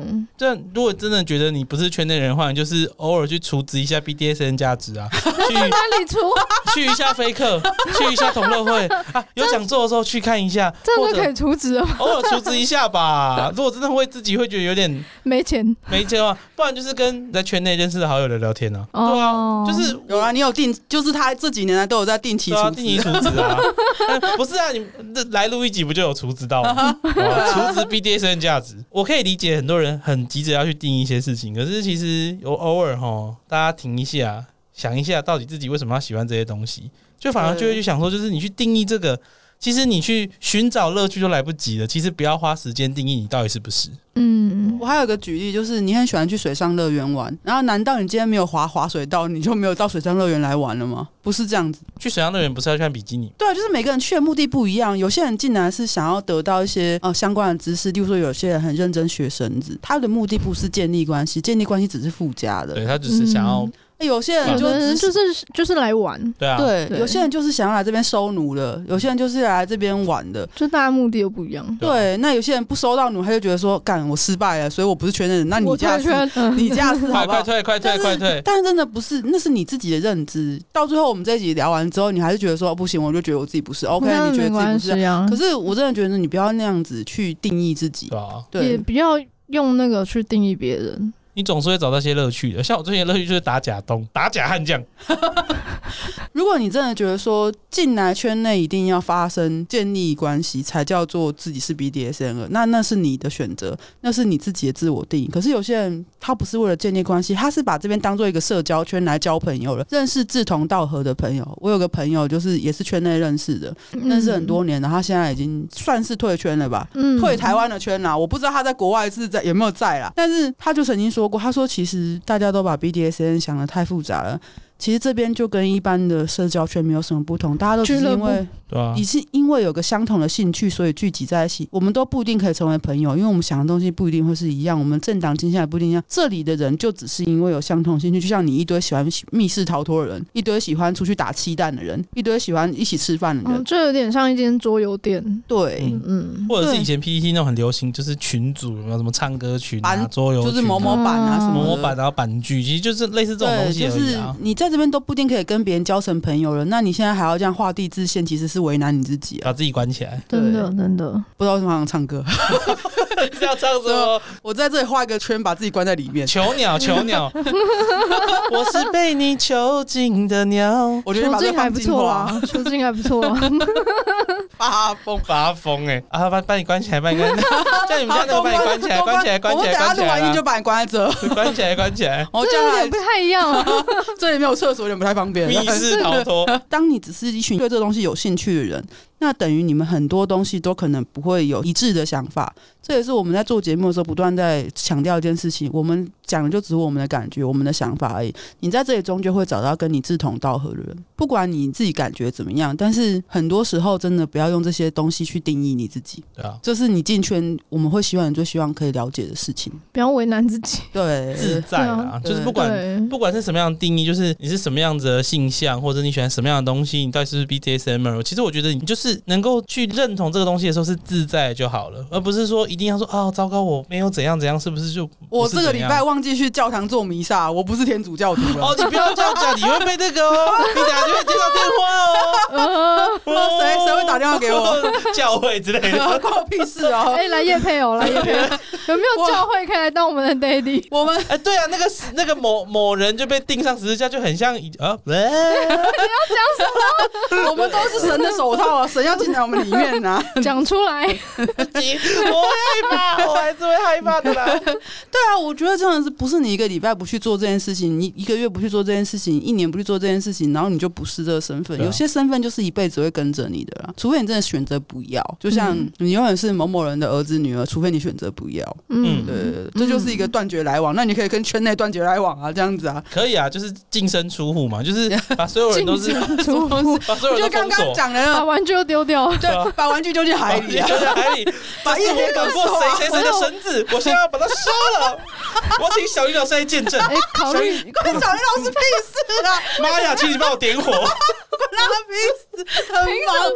嗯， 这如果真的觉得你不是圈内人的话，你就是偶尔去储值一下 B D S M 价值啊，去哪里出？ 去一下飞客，去一下同乐会啊，有讲座的时候去看一下， 这样就可以储值了吗？ 偶尔储值一下吧。如果真的会自己会觉得有点没钱， 没钱的话，不然就是跟在圈内认识的好友聊聊天啊。 哦、 对啊，就是有啊，你有定，就是他这几年来都有在定期储值， 定期储值啊。不是啊，你来录一集不就有储值到吗？储值 B D S M 价值，我可以理解很多人很急着要去定一些事情，可是其实有偶尔齁，大家停一下，想一下到底自己为什么要喜欢这些东西，就反而就会去想说，就是你去定义这个，其实你去寻找乐趣都来不及了。其实不要花时间定义你到底是不是。 嗯， 我还有个举例，就是你很喜欢去水上乐园玩，然后难道你今天没有滑滑水道，你就没有到水上乐园来玩了吗？不是这样子。 去水上乐园不是要看比基尼？ 对啊，就是每个人去的目的不一样。有些人进来是想要得到一些呃相关的知识，例如说有些人很认真学绳子，他的目的不是建立关系，建立关系只是附加的。 对，他只是想要。 嗯有些人就是就是就是来玩， 对啊， 对， 对有些人就是想要来这边收奴的，有些人就是来这边玩的， 就大家目的又不一样。 对，那有些人不收到奴，他就觉得说，干我失败了，所以我不是圈内人，那你家是， 嗯、 你家是好不好？ 快退，快退，快退！ 但是真的不是，那是你自己的认知。到最后我们这一集聊完之后，你还是觉得说不行，我就觉得我自己不是 OK， 你觉得自己不是、啊，可是我真的觉得你不要那样子去定义自己， 对啊， 对， 也不要用那个去定义别人。 你总是会找到些乐趣的，像我最近的乐趣就是打假东、打假悍将。 如果你真的觉得说进来圈内一定要发生建立关系才叫做自己是 B D S M， 那那是你的选择，那是你自己的自我定义。可是有些人他不是为了建立关系，他是把这边当做一个社交圈来交朋友了，认识志同道合的朋友。我有个朋友就是也是圈内认识的，认识很多年了，他现在已经算是退圈了吧，嗯、退台湾的圈啦。我不知道他在国外是在有没有在啦，但是他就曾经说过，他说其实大家都把 B D S M 想得太复杂了。其实这边就跟一般的社交圈没有什么不同，大家都只是因为你是因为有个相同的兴趣，所以聚集在一起。我们都不一定可以成为朋友，因为我们想的东西不一定会是一样，我们政党倾向也不一定一样。这里的人就只是因为有相同兴趣，就像你一堆喜欢密室逃脱的人，一堆喜欢出去打气弹的人，一堆喜欢一起吃饭的人， 哦、这有点像一间桌游店。 对， 嗯，嗯或者是以前 P T T 那种很流行，就是群组有没有什么唱歌群啊、桌游群， 就是某某版啊什么某某版，然后版剧，其实就是类似这种东西而已啊。 就是你在这边都不一定可以跟别人交成朋友了，那你现在还要这样画地自限，其实是为难你自己啊， 把自己关起来。 真的真的， 不知道为什么想唱歌， 是要唱什么？ 我在这里画一个圈，把自己关在里面。 囚鸟，囚鸟，我是被你囚禁的鸟。 我觉得把这还不错啊，囚禁还不错啊。 发疯发疯哎！啊，把把你关起来，把你关起来，叫你们家那个把你关起来，关起来，关起来，关起来。 我等下录完音就把你关在这， 关起来，关起来。 哦， 这有点不太一样啊。 这里没有厕所，有点不太方便。 密室逃脱。 当你只是一群对这个东西有兴趣的人，那等于你们很多东西都可能不会有一致的想法。这也是我们在做节目的时候不断在强调一件事情，我们讲的就只是我们的感觉，我们的想法而已。你在这里终究会找到跟你志同道合的人，不管你自己感觉怎么样，但是很多时候真的不要用这些东西去定义你自己。 对啊， 这是你进圈我们会希望你最希望可以了解的事情， 不要为难自己。 对， 自在啊，就是不管不管是什么样的定义，就是你是什么样子的性向，或者你喜欢什么样的东西，你到底是不是 B D S M？ 其实我觉得你就是能够去认同这个东西的时候是自在就好了，而不是说一定要说啊，糟糕，我没有怎样怎样，是不是就不是我这个礼拜忘记去教堂做弥撒，我不是天主教徒了。 哦，你不要这样讲，你会被那个哦，你等下就会接到电话哦。 谁谁会打电话给我？ 教会之类的， 关我屁事哦！ 哎、欸，来业配哦，来业配，有没有教会可以来当我们的 daddy？ 我们哎、欸，对啊，那个那个某某人就被钉上十字架，就很像啊， 你要讲什么？ 我们都是神的手套啊，神要进来我们里面啊， 讲出来。 我害怕，我还是会害怕的啦。 对啊，我觉得真的是不是你一个礼拜不去做这件事情，你一个月不去做这件事情，一年不去做这件事情，然后你就不是这个身份。啊、有些身份就是一辈子会跟着你的啦，除非你真的选择不要。就像你永远是某某人的儿子女儿，除非你选择不要。嗯，对对对，这就是一个断绝来往。那你可以跟圈内断绝来往啊，这样子啊， 可以啊，就是净身出户嘛，就是把所有人都是出户， 把所有人都封锁， 就刚刚讲的， 把玩具都丢掉， 对，把玩具丢进海里啊， 丢进海里，把一我赶过谁谁谁的绳子，我现在要把它烧了。我请小林老师来见证。 哎、欸，考虑关小林老师屁事啊！ 妈呀，请你帮我点火。 关他屁事，很忙。 凭什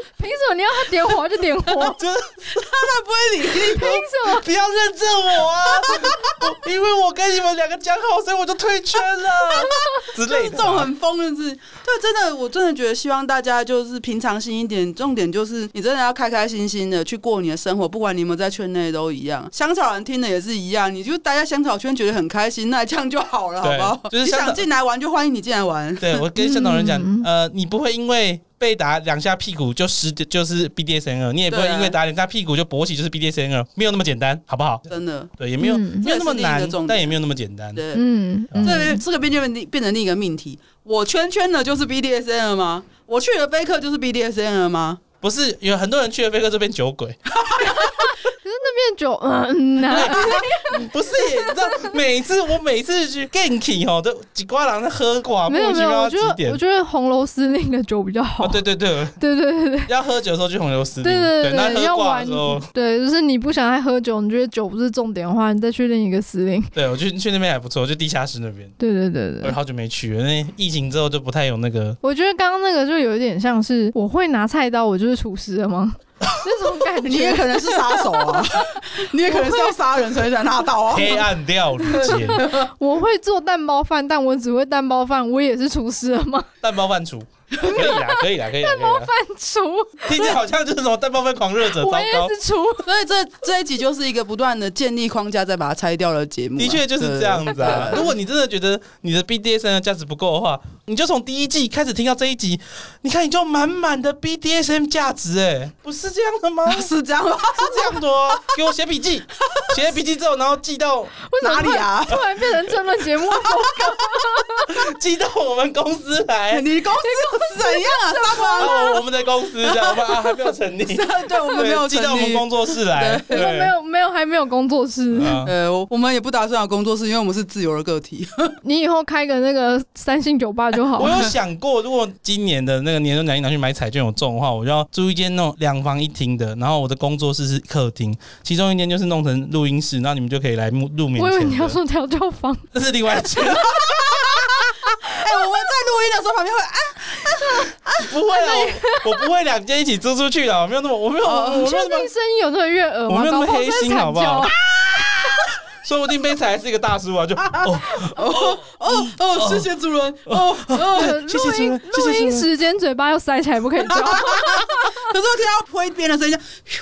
什么你要他点火就点火？ 就是他不会理你， 凭什么？ 不要认证我啊！我因为我跟你们两个讲好，所以我就退圈了之类的、啊。 这种很疯的事，对，真的，我真的觉得希望大家就是平常心一点，重点就是你真的要开开心心的去过你的生活，不管你们在圈内都一样。香草人听的也是一样，你就待在香草圈觉得很开心，那这样就好了，好不好？ 就是你想进来玩就欢迎你进来玩。 对，我跟香草人讲、嗯，呃，你不会因为被打两下屁股就失就是 B D S M 了，你也不会因为打两下屁股就勃起就是 B D S M 了，没有那么简单，好不好？ 真的， 对，也没有、嗯、没有那么难，但也没有那么简单。 对，嗯，嗯这边这个边就变成另一个命题。我圈圈的就是 B D S M 了吗？我去了菲克就是 B D S M 了吗？ 不是，有很多人去了菲克这边酒鬼。 可是那边酒，嗯， 不是，你知道，每次我每次去 Genki 吼，都几瓜人在喝挂， 没有没有，我觉得我觉得红楼司令的酒比较好。 哦、对对对对对对对， 要喝酒的时候去红楼司令， 对对对， 对那喝挂的时候， 对，就是你不想再喝酒，你觉得酒不是重点的话，你再去另一个司令。 对，我去去那边还不错，就地下室那边。 对对对对， 我好久没去了，那疫情之后就不太有那个。 我觉得刚刚那个就有一点像是我会拿菜刀，我就是厨师了吗？那种感觉， 你也可能是杀手啊，你也可能是要杀人所以才拿刀啊。 黑暗料理界， 我会做蛋包饭，但我只会蛋包饭，我也是厨师了吗？ 蛋包饭厨。可以啦，可以啦，可以啦。 蛋包饭厨听起来好像就是什么蛋包饭狂热者，糟糕。 我也是厨， 所以这这一集就是一个不断的建立框架，再把它拆掉的节目、啊。 的确就是这样子啊。如果你真的觉得你的 B D S M 的价值不够的话，你就从第一季开始听到这一集，你看你就满满的 B D S M 价值，哎，不是这样的吗？ 是这样吗？ 是这样的哦。给我写笔记，写笔记之后，然后寄到哪里啊？ 突然变成争论节目， 寄到我们公司来。 你公司怎样啊？ 啊，我们的公司这样，我们啊还没有成立， 对，我们没有成立， 寄到我们工作室来。 我们没有没有还没有工作室， 呃，我们也不打算有工作室，因为我们是自由的个体。 你以后开个那个三星酒吧就好了。 我有想过，如果今年的那个年终奖金拿去买彩券有中的话，我就要租一间那种两房一厅的，然后我的工作室是客厅，其中一间就是弄成录音室，然后你们就可以来录免钱的。 我以为你要说调教房， 这是另外一间。 哎、欸，我们在录音的时候旁边会啊啊啊！ 不会啊，我我不会两间一起租出去的，我没有那么，我没有， 哦、 我确定声音有那么悦耳吗？ 我没有那么黑心，好不好？ 啊、 说不定杯才是一个大叔啊！就哦哦哦哦，谢谢主人哦哦， 谢谢主人， 录音时间嘴巴要塞起来，不可以叫。可是我听到挥鞭的声音，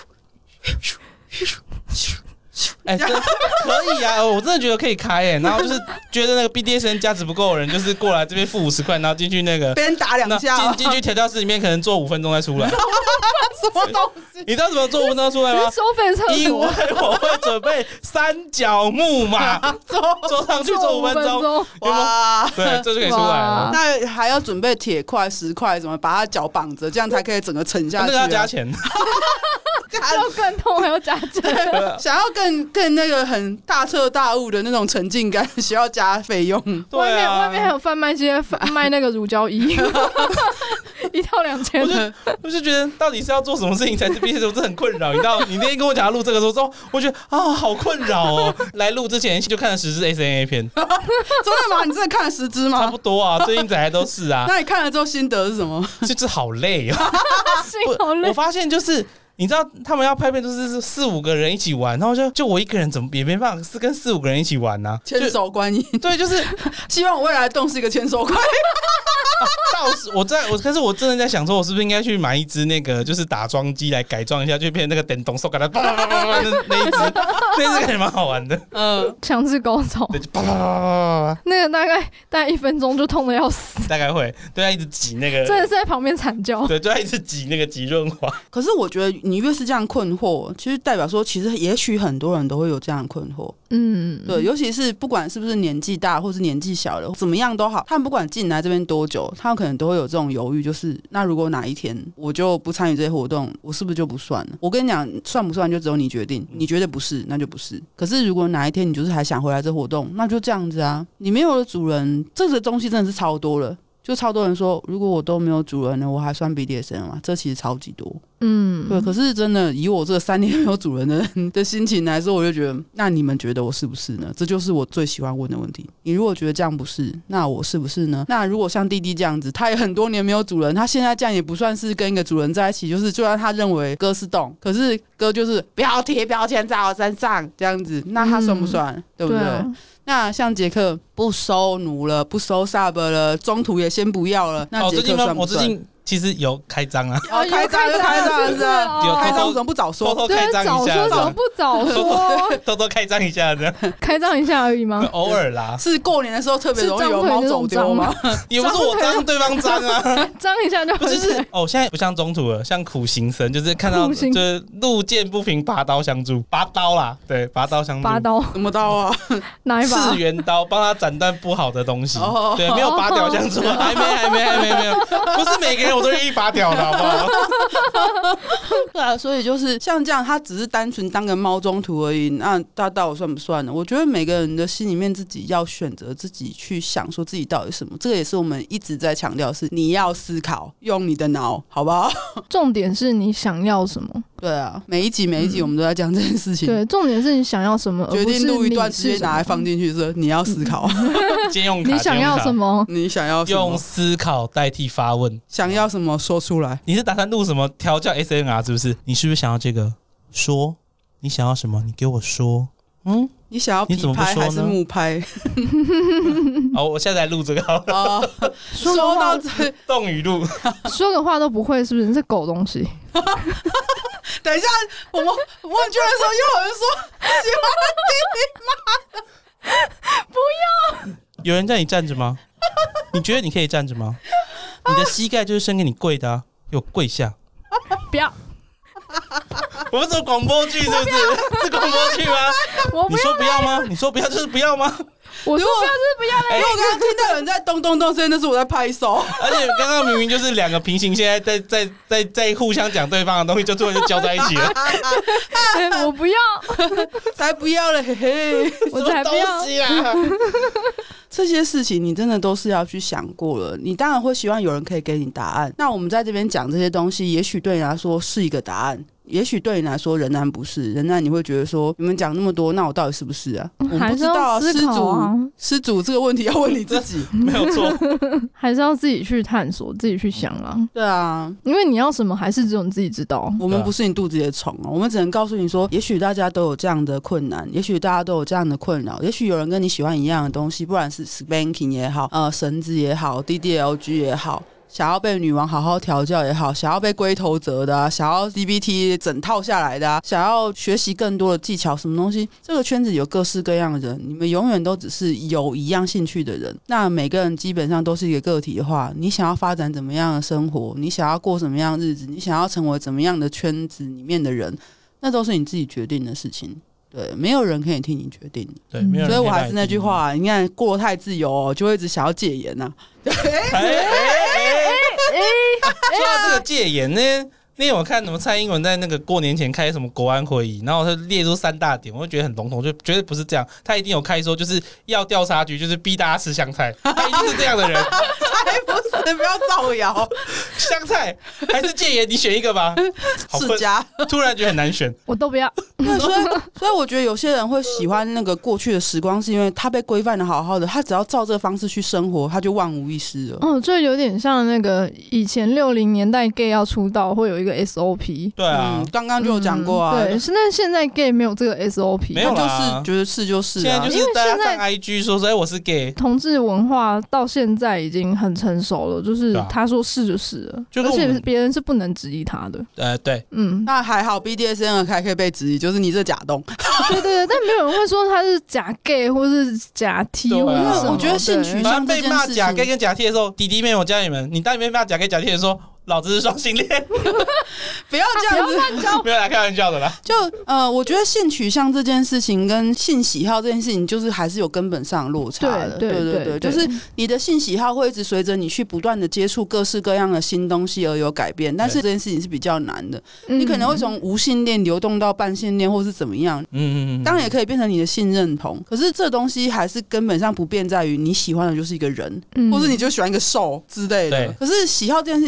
哎、欸，真可以啊！我真的觉得可以开哎、欸，然后就是觉得那个 B D S M 价值不够的人，就是过来这边付五十块，然后进去那个边打两下， 进进去调教室里面，可能做五分钟再出来。 什么东西？ 你知道怎么做五分钟出来吗？ 收费厕所。 因为我会准备三角木马，坐上去做五分钟。哇，对，这就可以出来了。 那还要准备铁块、石块，什么把它脚绑着，这样才可以整个沉下去、啊。 那个要加钱。 要更痛还要加钱， 想要更更那个很大彻大悟的那种沉浸感，需要加费用。 对啊、 外面外面还有贩卖街卖那个乳胶衣，一套两千。 我就我就觉得到底是要做什么事情才是 B D S M， 我真的很困扰。你知道，你那天跟我讲要录这个时候，我觉得啊好困扰哦。来录之前就看了十支 S N A 片，真的吗？你真的看了十支吗？ 差不多啊，最近仔还都是啊。 那你看了之后心得是什么？ 就是好累哦， 心好累。 我发现就是。你知道他们要拍片都是四五个人一起玩，然后就就我一个人怎么也没办法是跟四五个人一起玩呢、啊？ 千手观音， 对，就是希望我未来的洞是一个千手观音。 倒是我在我，可是我真的在想说，我是不是应该去买一支那个就是打桩机来改装一下，就变成那个电动手，给它叭叭叭叭那那一支，那一支感觉蛮好玩的。 嗯，强制高潮， 对，就叭叭叭叭叭， 那个大概大概一分钟就痛得要死， 大概会，对，他一直挤那个， 真的是在旁边惨叫， 对，就他一直挤那个挤润滑。 可是我觉得你越是这样困惑，其实代表说，其实也许很多人都会有这样的困惑。嗯，对，尤其是不管是不是年纪大或是年纪小的，怎么样都好，他们不管进来这边多久，他们可能都会有这种犹豫，就是那如果哪一天我就不参与这些活动，我是不是就不算了？我跟你讲，算不算就只有你决定，你觉得不是，那就不是。可是如果哪一天你就是还想回来这活动，那就这样子啊。你没有了主人，这个东西真的是超多了。就超多人说，如果我都没有主人了，我还算 B D S M 吗？这其实超级多。 嗯，对。可是真的以我这个三年没有主人的人的心情来说，我就觉得，那你们觉得我是不是呢？这就是我最喜欢问的问题。你如果觉得这样不是，那我是不是呢？那如果像弟弟这样子，他也很多年没有主人，他现在这样也不算是跟一个主人在一起，就是就算他认为哥是动，可是哥就是不要贴标签在我身上这样子，那他算不算？嗯、对不对？对啊，那像杰克不收奴了，不收 sub 了，中途也先不要了，那杰克算不算？ 我最近其实有开张啊， 哦，开张就开张是吧？ 有开张怎么不早说？ 偷偷开张一下， 早说怎么不早说？ 偷偷开张一下这样， 开张一下而已吗？ 偶尔啦。 是过年的时候特别容易有猫走丢吗？ 也不是我张，对方张啊， 张一下就不是哦。现在不像中途了，像苦行僧，就是看到就是路见不平拔刀相助，拔刀啦，对，拔刀相助。 拔刀什么刀啊？ 哪一把？ 次元刀，帮他斩断不好的东西。哦、对，没有拔屌相助，哦、还没，还没，还没，没有。不是每个人我都愿意拔屌。好不好？ 对啊，所以就是像这样，他只是单纯当个猫中途而已，那他到底算不算呢？我觉得每个人的心里面自己要选择自己去想，说自己到底什么。这个也是我们一直在强调，是你要思考，用你的脑，好不好？ 重点是你想要什么。 对啊，每一集每一集我们都在讲这件事情。 对，重点是你想要什么， 决定录一段直接拿来放进去，说你要思考。 借用卡， 你想要什么？ 你想要什么？ 用思考代替发问。 想要什么说出来。 你是打算录什么调教 S N R 是不是？你是不是想要这个？说，你想要什么？你给我说。嗯， 你想要皮拍还是木拍？ 哦，我现在来录这个好了。哦、 说到这动语录， 说个话都不会，是不是？你是狗东西。 等一下，我们问卷的时候又有人说喜欢弟弟妈的，不要。有人叫你站着吗？你觉得你可以站着吗？你的膝盖就是生给你跪的啊，给我跪下！ 不要。 我们做广播剧是不是？是广播剧吗？ 我不要。 你说不要吗？你说不要就是不要吗？ 我说不要就是不要嘞。 因为我刚刚听到有人在咚咚咚声，那是我在拍手。 而且刚刚明明就是两个平行，现在在在在在互相讲对方的东西，就突然就交在一起了。 我不要， 才不要嘞！嘿嘿， 我才不要。 这些事情你真的都是要去想过了，你当然会希望有人可以给你答案。那我们在这边讲这些东西，也许对你来说是一个答案，也许对你来说仍然不是，仍然你会觉得说你们讲那么多，那我到底是不是啊？我不知道啊，施主，施主这个问题要问你自己， 没有错， 还是要自己去探索，自己去想啦。 对啊， 因为你要什么，还是只有你自己知道。 我们不是你肚子里的虫哦，我们只能告诉你说，也许大家都有这样的困难，也许大家都有这样的困扰，也许有人跟你喜欢一样的东西，不然是 spanking 也好，呃，绳子也好 ，D D L G 也好。想要被女王好好调教也好，想要被龟头折的啊，想要 D B T 整套下来的啊，想要学习更多的技巧，什么东西？这个圈子有各式各样的人，你们永远都只是有一样兴趣的人。那每个人基本上都是一个个体的话，你想要发展怎么样的生活，你想要过什么样的日子，你想要成为怎么样的圈子里面的人，那都是你自己决定的事情。对，没有人可以替你决定。 对，没有人可以替你。 所以我还是那句话，你看过太自由哦，就会一直想要戒严呐、啊。对。 说到这个戒严呢，那天我看什么蔡英文在那个过年前开什么国安会议，然后他列出三大点，我就觉得很笼统，就绝对不是这样。他一定有开说，就是要调查局，就是逼大家吃香菜，他一定是这样的人。 才不是，不要造谣。 香菜还是戒严，你选一个吧。 世家突然觉得很难选， 我都不要。 对，所以所以我觉得有些人会喜欢那个过去的时光，是因为他被规范的好好的，他只要照这个方式去生活，他就万无一失了。 哦，这有点像那个以前六零年代 gay 要出道会有一个 S O P。 对啊， 嗯、刚刚就有讲过啊。 嗯、对，但现在 gay 没有这个 S O P， 没有啦，就是觉得是就是啊。 现在就是大家上 I G 说说，哎，我是 gay。 同志文化到现在已经很成熟了，就是他说是就是了，而且别人是不能质疑他的。 呃，对， 嗯，那还好 ，B D S M 还可以被质疑，就是你这假动。 对对对，但没有人会说他是假 gay 或是假 T，或者什么。 我觉得性取向这件事情， 被骂假 gay 跟假 T 的时候，弟弟妹我教你们，你当你被骂假 gay 假 T 的时候，老子是双性恋。 不要这样子， 没有来开玩笑的啦。 就呃，我觉得性取向这件事情跟性喜好这件事情，就是还是有根本上的落差的。 对对对, 对, 对, 对，就是你的性喜好会一直随着你去不断的接触各式各样的新东西而有改变，但是这件事情是比较难的。你可能会从无性恋流动到半性恋，或是怎么样。嗯嗯，当然也可以变成你的性认同。可是这东西还是根本上不变在于你喜欢的就是一个人，嗯、或是你就喜欢一个兽之类的。可是喜好这件事情是你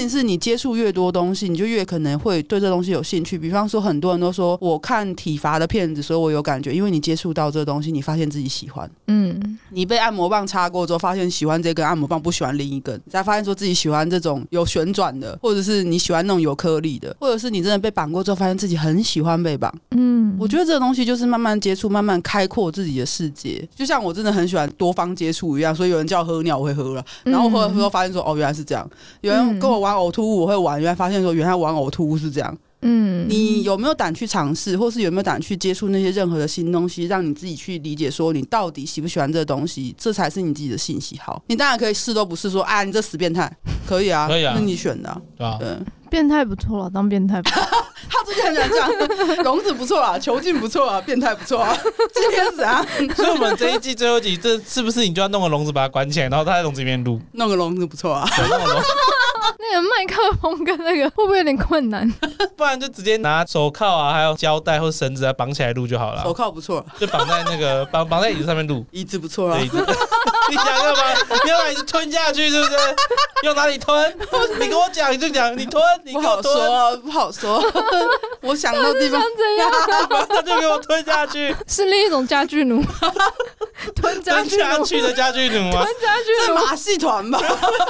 接触越多东西，你就越可能会对这东西有兴趣。比方说很多人都说我看体罚的片子所以我有感觉，因为你接触到这个东西，你发现自己喜欢。嗯，你被按摩棒插过之后发现喜欢这根按摩棒，不喜欢另一根，你才发现说自己喜欢这种有旋转的，或者是你喜欢那种有颗粒的，或者是你真的被绑过之后发现自己很喜欢被绑。嗯，我觉得这个东西就是慢慢接触，慢慢开阔自己的世界。就像我真的很喜欢多方接触一样，所以有人叫我喝尿我会喝了，然后喝了之后发现说哦原来是这样，有人跟我玩呕吐物我会玩，原来发现说原来玩呕吐物是这样。嗯，你有没有胆去尝试，或是有没有胆去接触那些任何的新东西，让你自己去理解说你到底喜不喜欢这个东西，这才是你自己的性喜好。你当然可以试都不是说啊你这死变态，可以啊，可以啊，那你选的、啊、对啊，对， 变态不错了，当变态不错。 他之前讲这样，笼子不错啦，囚禁不错啊，变态不错啊，今天是怎样？ 所以我们这一季最后一集，这是不是你就要弄个笼子把它关起来，然后他在笼子里面录？ 弄个笼子不错啊， 对，弄个笼子。 那个麦克风跟那个会不会有点困难？ 不然就直接拿手铐啊，还有胶带或绳子啊绑起来录就好了。 手铐不错， 就绑在那个绑绑在椅子上面录。 椅子不错啊， 椅子。你想要吗？你要把椅子吞下去，是不是？用哪里吞？你跟我讲，你就讲，你吞，你给我吞。 不好说，我想到地方怎样， 他就给我吞下去。 是另一种家具奴，吞家具下去的家具奴吗？ 吞家具奴， 是马戏团吧？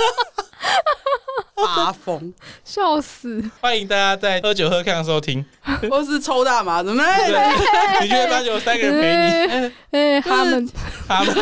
发疯， 笑死！ 欢迎大家在喝酒喝康的时候听， 或是抽大麻，怎么？ 你觉得班有三个人陪你？哎，他们， 他们。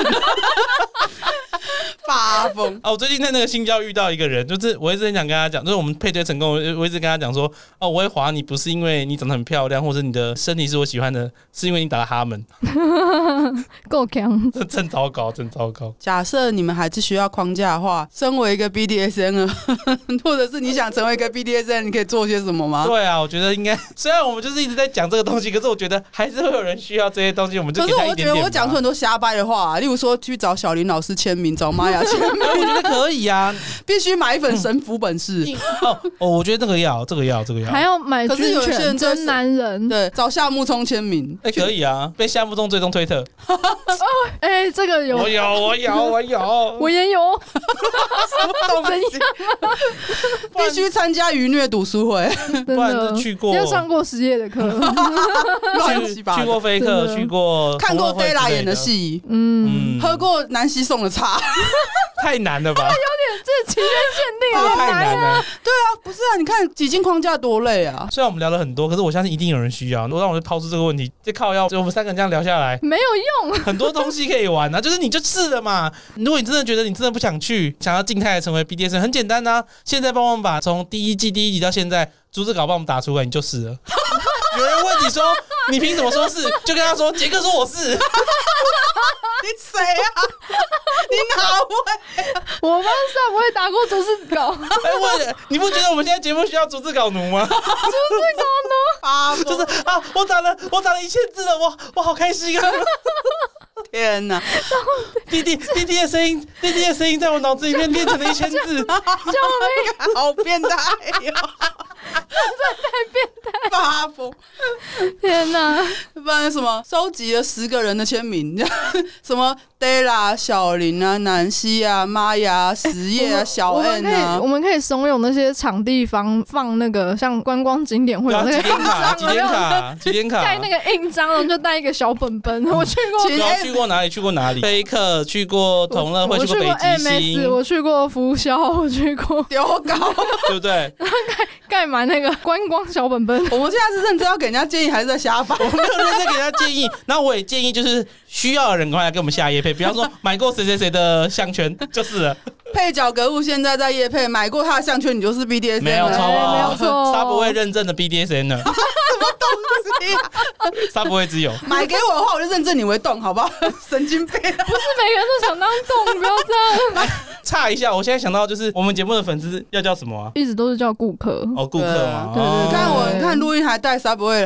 发疯哦！我最近在那个新交遇到一个人，就是我一直很想跟他讲，就是我们配对成功，我一直跟他讲说，哦，我会滑你不是因为你长得很漂亮，或者你的身体是我喜欢的，是因为你打了哈们， 够强， 这真糟糕，真糟糕。 假设你们还是需要框架的话，身为一个 B D S M 或者是你想成为一个 B D S M， 你可以做些什么吗？ 对啊，我觉得应该，虽然我们就是一直在讲这个东西，可是我觉得还是会有人需要这些东西，我们就给他一点点。可是我觉得我讲出很多瞎掰的话、啊，例如说去找小林老师签名，找玛雅签名。 我觉得可以啊， 必须买一本神符本事、 嗯、哦哦，我觉得这个要，这个要，这个要， 还要买军犬真男人， 对，找夏木聪签名， 哎、欸，可以啊，被夏木聪追踪推特， 哎、欸，这个有， 我有，我有，我有， 我也有， 什么东西？必须参加愚虐读书会， 不然就去过， 要上过实业的课， 乱七八糟， 去过飞客，去过看过 Della 演的戏，嗯，喝过南希送的茶。 太难了吧？ 有点这期间限定， 太难了。 对啊，不是啊，你看几经框架多累啊！ 虽然我们聊了很多，可是我相信一定有人需要。我让我就抛出这个问题，这靠腰，就我们三个人这样聊下来没有用， 很多东西可以玩啊。就是你就试了嘛。如果你真的觉得你真的不想去，想要静态的成为 B D S M， 很简单啊。现在帮我们把从第一季第一集到现在逐字稿帮我们打出来，你就是了。有人问你说你凭什么说是，就跟他说杰克说我是。 你谁啊？你哪位、啊？ 我帮上不会打过逐字稿。 哎、欸，你不觉得我们现在节目需要逐字稿奴吗？逐字稿奴啊， 就是啊，我打了，我打了一千字了，我我好开心啊！ 天哪！ 弟弟弟弟的声音，弟弟的声音在我脑子里面练成了一千字，救命！好变态哟、喔！ 这太变态， 发疯！ 天哪！ 不然什么收集了十个人的签名，什么 Della、小林啊、南希啊、玛雅、实业啊、小 N 啊， 我们可以怂恿那些场地方放那个像观光景点会有那个印章， 几点卡，几点卡， 盖那个印章，然后就带一个小本本。我去过， 有去过哪里？去过哪里？飞客，去过同乐会，去过北极星， 我去过拂晓，我去过丢稿， 对不对？ 盖盖满那个观光小本本。 我们现在是认真要给人家建议，还是在瞎掰？ 我没有认真给人家建议，然后我也建议就是需要的人赶快来给我们下业配，比方说买过谁谁谁的项圈就是了。 配角格物现在在业配，买过他的项圈，你就是 B D S M， 没有错、啊， 没有错， 他不会认证的 B D S M 呢？ 什么东西、啊？ 他不会只有买给我的话，我就认证你为动，好不好？神经病！不是每个人都想当动，不要这样。 岔一下，我现在想到就是我们节目的粉丝要叫什么啊？ 一直都是叫顾客哦，顾客嘛。 对对对， 看我看录音还带 Subway 了。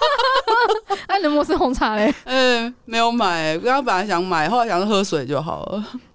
哎，能摩斯红茶嘞？ 嗯，没有买，刚刚本来想买，后来想喝水就好了。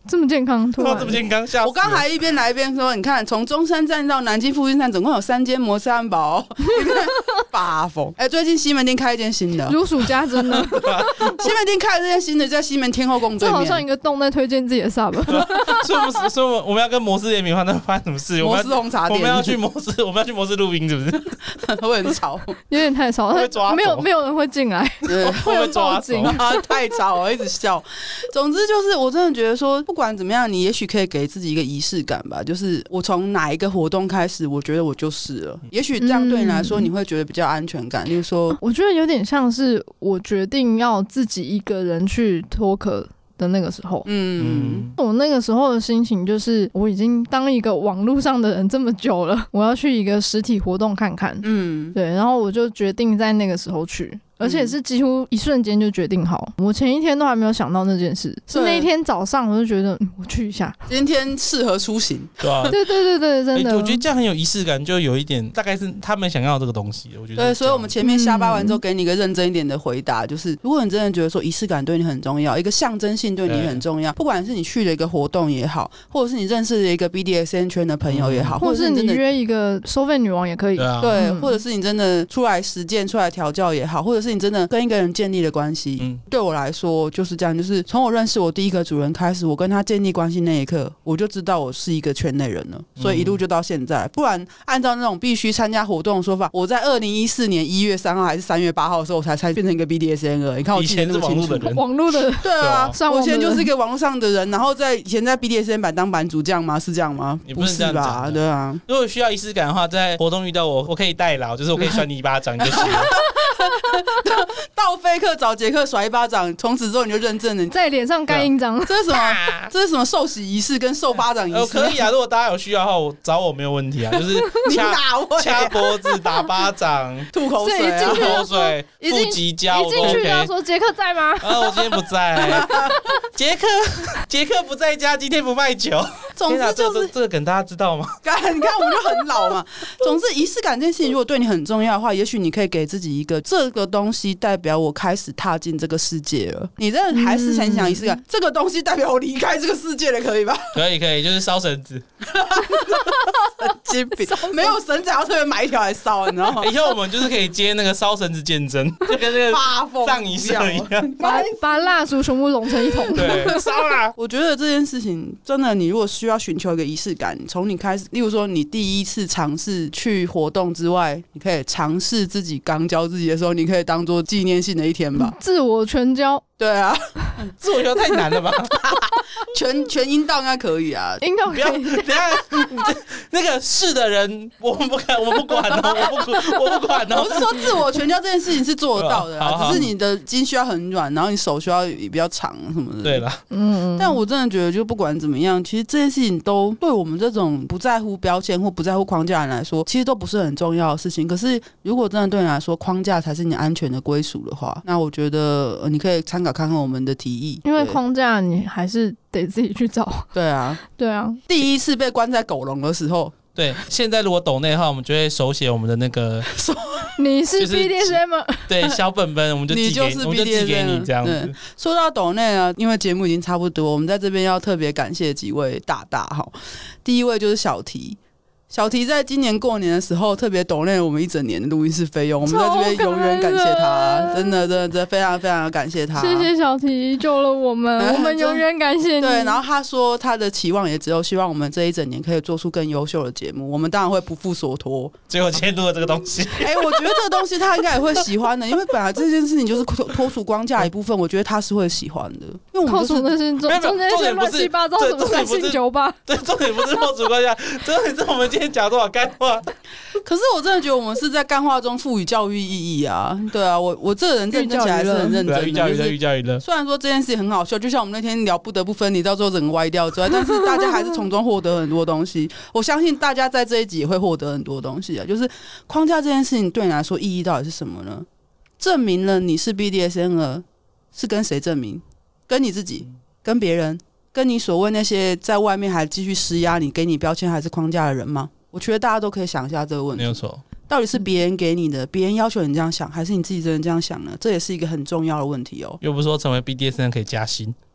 这么健康，突然这么健康，吓死我刚还一边来一边说，你看从中山站到南京复兴站，总共有三间摩斯汉堡、哦，发疯！哎、欸，最近西门町开一间新的， 如数家珍呢。 西门町开了这间新的，在西门天后宫对面， 这好像一个洞在推荐自己的 sub。 所以我们，所以我们要跟摩斯联名的话，那发生什么事？ 摩斯红茶店， 我们要去摩斯，我们要去摩斯录音，是不是？ 会很吵， 有点太吵， 会抓走没有没有人会进来， 会被抓走啊！太吵了，一直笑。总之就是，我真的觉得说，不管怎么样，你也许可以给自己一个仪式感吧。就是我从哪一个活动开始，我觉得我就是了。也许这样对你来说，你会觉得比较安全感。例如说， 我觉得有点像是我决定要自己一个人去脱壳的那个时候，嗯，我那个时候的心情就是，我已经当一个网络上的人这么久了，我要去一个实体活动看看，嗯，对，然后我就决定在那个时候去。而且是几乎一瞬间就决定好，我前一天都还没有想到那件事，是那一天早上我就觉得、嗯、我去一下， 今天适合出行， 对啊， 对对对对，真的、 欸，我觉得这样很有仪式感，就有一点大概是他们想要的这个东西，我觉得对，所以我们前面瞎掰完之后，给你一个认真一点的回答，嗯、就是如果你真的觉得说仪式感对你很重要，一个象征性对你很重要，不管是你去了一个活动也好，或者是你认识了一个 B D S M 圈的朋友也好，嗯、 或者是你约一个收费女王也可以， 对、啊对嗯、或者是你真的出来实践、出来调教也好，或者是你真的跟一个人建立的关系、嗯，对我来说就是这样，就是从我认识我第一个主人开始，我跟他建立关系那一刻，我就知道我是一个圈内人了，所以一路就到现在。不然按照那种必须参加活动的说法，我在二零一四年一月三号还是三月八号的时候，我才才变成一个 B D S M 了。你看我记得那么清楚， 网络的人， 对啊，我以前就是一个网络上的人，然后在以前在 B D S M 版当版主，这样吗？是这样吗？ 也不是这样讲的， 对啊。 如果需要仪式感的话，在活动遇到我，我可以代劳，就是我可以甩你一巴掌就行了。 到菲克找杰克甩一巴掌，从此之后你就认证了， 在脸上盖印章。 这是什么？这是什么受洗仪式跟受巴掌仪式、 呃？可以啊，如果大家有需要的话，我找我没有问题啊，就是掐掐脖子、打巴掌、 吐口水、啊、 吐口水、腹肌胶， 一进去就要说杰克在吗？ 啊，我今天不在。杰克，杰克不在家，今天不卖酒。 总之就是、 这个、这个梗大家知道吗？ 你看，你看，我们就很老嘛。总之，仪式感这件事情如果对你很重要的话，也许你可以给自己一个这个东西代表我开始踏进这个世界了。你真的还是很想仪式感、嗯，这个东西代表我离开这个世界了，可以吧？ 可以，可以，就是烧绳子。 神经病，没有绳子，还要特别买一条来烧，你知道吗？ 以后我们就是可以接那个烧绳子见证，就跟那个葬仪社一样， 把把蜡烛全部融成一桶， 对，烧啊！ 我觉得这件事情真的，你如果需要寻求一个仪式感，从你开始，例如说你第一次尝试去活动之外，你可以尝试自己刚教自己的时候，你可以当做纪念性的一天吧。 自我全教。 对啊， 自我教太难了吧？ 全全阴道应该可以啊， 阴道可以。 不要，等一下那个是的人，我们不看，我们不管哦，我不，我不管哦。 我是说，自我全教这件事情是做得到的啦，只是你的筋需要很软，然后你手需要比较长什么的。 对啦， 嗯，但我真的觉得，就不管怎么样，其实这件事情都对我们这种不在乎标签或不在乎框架的人来说，其实都不是很重要的事情。可是，如果真的对你来说，框架才是你安全的归属的话，那我觉得、呃、你可以参考看看我们的提议， 因为框架你还是得自己去找。 对啊， 对啊。 第一次被关在狗笼的时候， 对，现在如果抖内的话，我们就会手写我们的那个， 你是 B D S M，、就是、 对，小本本，我们就寄给你，我们就寄给你这样子。 说到抖内啊，因为节目已经差不多，我们在这边要特别感谢几位大大哈。第一位就是小提。小提在今年过年的时候特别抖内我们一整年的录音室费用，我们在这边永远感谢他，真的真的真的非常非常感谢他。 谢谢小提救了我们，我们永远感谢你。 对，然后他说他的期望也只有希望我们这一整年可以做出更优秀的节目，我们当然会不负所托。 结果今天录了这个东西， 哎、欸，我觉得这个东西他应该也会喜欢的，因为本来这件事情就是脱除框架一部分，我觉得他是会喜欢的。因为我们就是那些中间一些乱七八糟什么三性酒吧， 对，重点不是脱除框架，重点是我们今天讲多少干话。 可是我真的觉得我们是在干话中赋予教育意义啊！对啊，我我这个人认真起来是很认真的。 寓教于乐，寓教于乐。 虽然说这件事情很好笑，就像我们那天聊不得不分离，到最后整个歪掉之外，但是大家还是从中获得很多东西。我相信大家在这一集也会获得很多东西啊！就是框架这件事情对你来说意义到底是什么呢？证明了你是 B D S M 了，是跟谁证明？跟你自己，跟别人，跟你所谓那些在外面还继续施压你、给你标签还是框架的人吗？我觉得大家都可以想一下这个问题， 没有错。 到底是别人给你的，别人要求你这样想，还是你自己真的这样想呢？这也是一个很重要的问题哦。 又不是说成为 B D S M 可以加薪，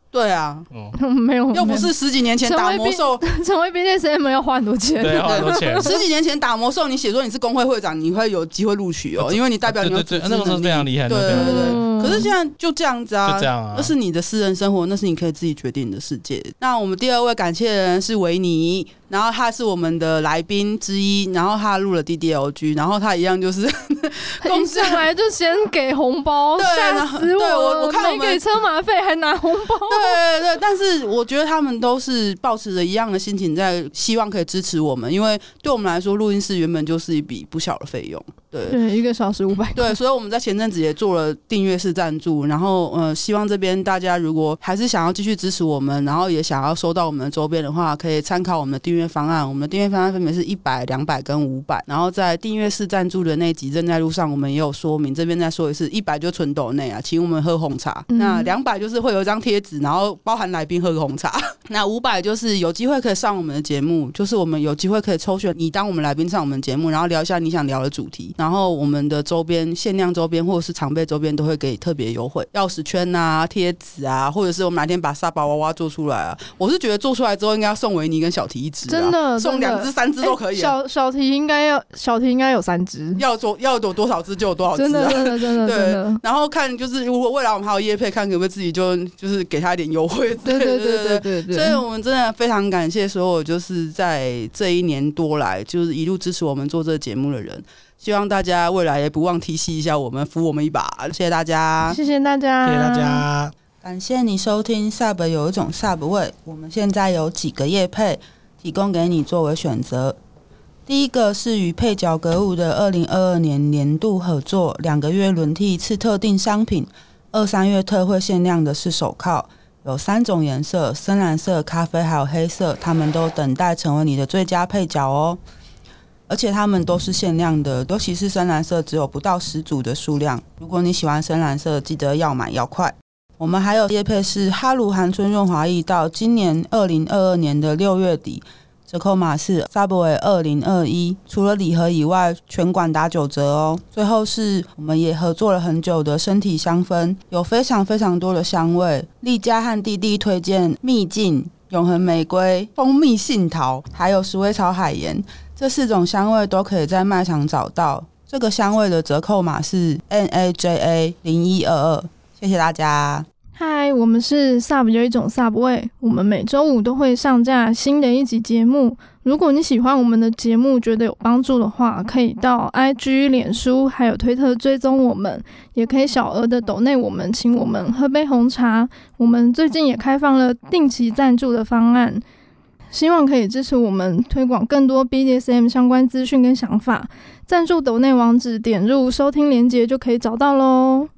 对啊， 嗯，没有， 又不是十几年前打魔兽， 成为 B D S M 要花很多钱， 对，要花很多钱。 十几年前打魔兽，你写说你是工会会长，你会有机会录取哦，因为你代表你有组织能力， 那个时候非常厉害。 对对对，嗯、可是现在就这样子啊， 就这样啊， 那是你的私人生活，那是你可以自己决定的世界。那我们第二位感谢人是维尼。然后他是我们的来宾之一，然后他录了 D D L G， 然后他一样就是一上来就先给红包，吓死我！ 对，我我看我们没给车马费还拿红包， 对对对。但是我觉得他们都是抱持着一样的心情，在希望可以支持我们，因为对我们来说，录音室原本就是一笔不小的费用。对对，一个小时五百。 对，所以我们在前阵子也做了订阅式赞助，然后呃，希望这边大家如果还是想要继续支持我们，然后也想要收到我们的周边的话，可以参考我们的订阅方案。我们的订阅方案分别是一百、两百跟五百。然后在订阅式赞助的那一集正在路上，我们也有说明，这边再说一次，一百就纯抖内啊，请我们喝红茶。嗯、那两百就是会有一张贴纸，然后包含来宾喝个红茶。那五百就是有机会可以上我们的节目，就是我们有机会可以抽选你当我们来宾上我们的节目，然后聊一下你想聊的主题。然后我们的周边限量周边或者是常备周边都会给特别优惠，钥匙圈啊、贴纸啊，或者是我们哪天把沙巴娃娃做出来啊，我是觉得做出来之后应该要送维尼跟小提一只、啊， 真的送两只、三只都可以、啊欸。 小小提应该要小提应该有三只， 要做要有多少只就有多少只、啊， 真的真的真的对真的。 然后看就是如果未来我们还有业配，看可不可以自己就就是给他一点优惠。 对对对对对对。 所以我们真的非常感谢所有就是在这一年多来就是一路支持我们做这个节目的人。希望大家未来也不忘提携一下我们，扶我们一把。谢谢大家， 谢谢大家， 谢谢大家， 感谢你收听 Sub 有一种 Sub 味。我们现在有几个业配提供给你作为选择。第一个是与配角歌舞的二零二二年年度合作，两个月轮替一次特定商品，二三月特惠限量的是手铐，有三种颜色，深蓝色、咖啡还有黑色，他们都等待成为你的最佳配角哦。而且他们都是限量的，尤其是深蓝色只有不到十组的数量，如果你喜欢深蓝色，记得要买要快。我们还有业配是哈卢韩春润滑液，到今年二零二二年的六月底，折扣码是 Subway 二零二一，除了礼盒以外全馆打九折哦。最后是我们也合作了很久的身体香氛，有非常非常多的香味，丽佳和弟弟推荐秘境、永恒玫瑰、蜂蜜杏桃还有鼠尾草海盐，这四种香味都可以在卖场找到。这个香味的折扣码是 N A J A 零一二二。谢谢大家。 嗨，我们是 Sub 有一种 Sub 味，我们每周五都会上架新的一集节目。如果你喜欢我们的节目，觉得有帮助的话，可以到 I G、脸书还有推特追踪我们，也可以小额的抖内我们，请我们喝杯红茶。我们最近也开放了定期赞助的方案，希望可以支持我们推广更多 B D S M 相关资讯跟想法。赞助抖内网址点入收听连结就可以找到咯。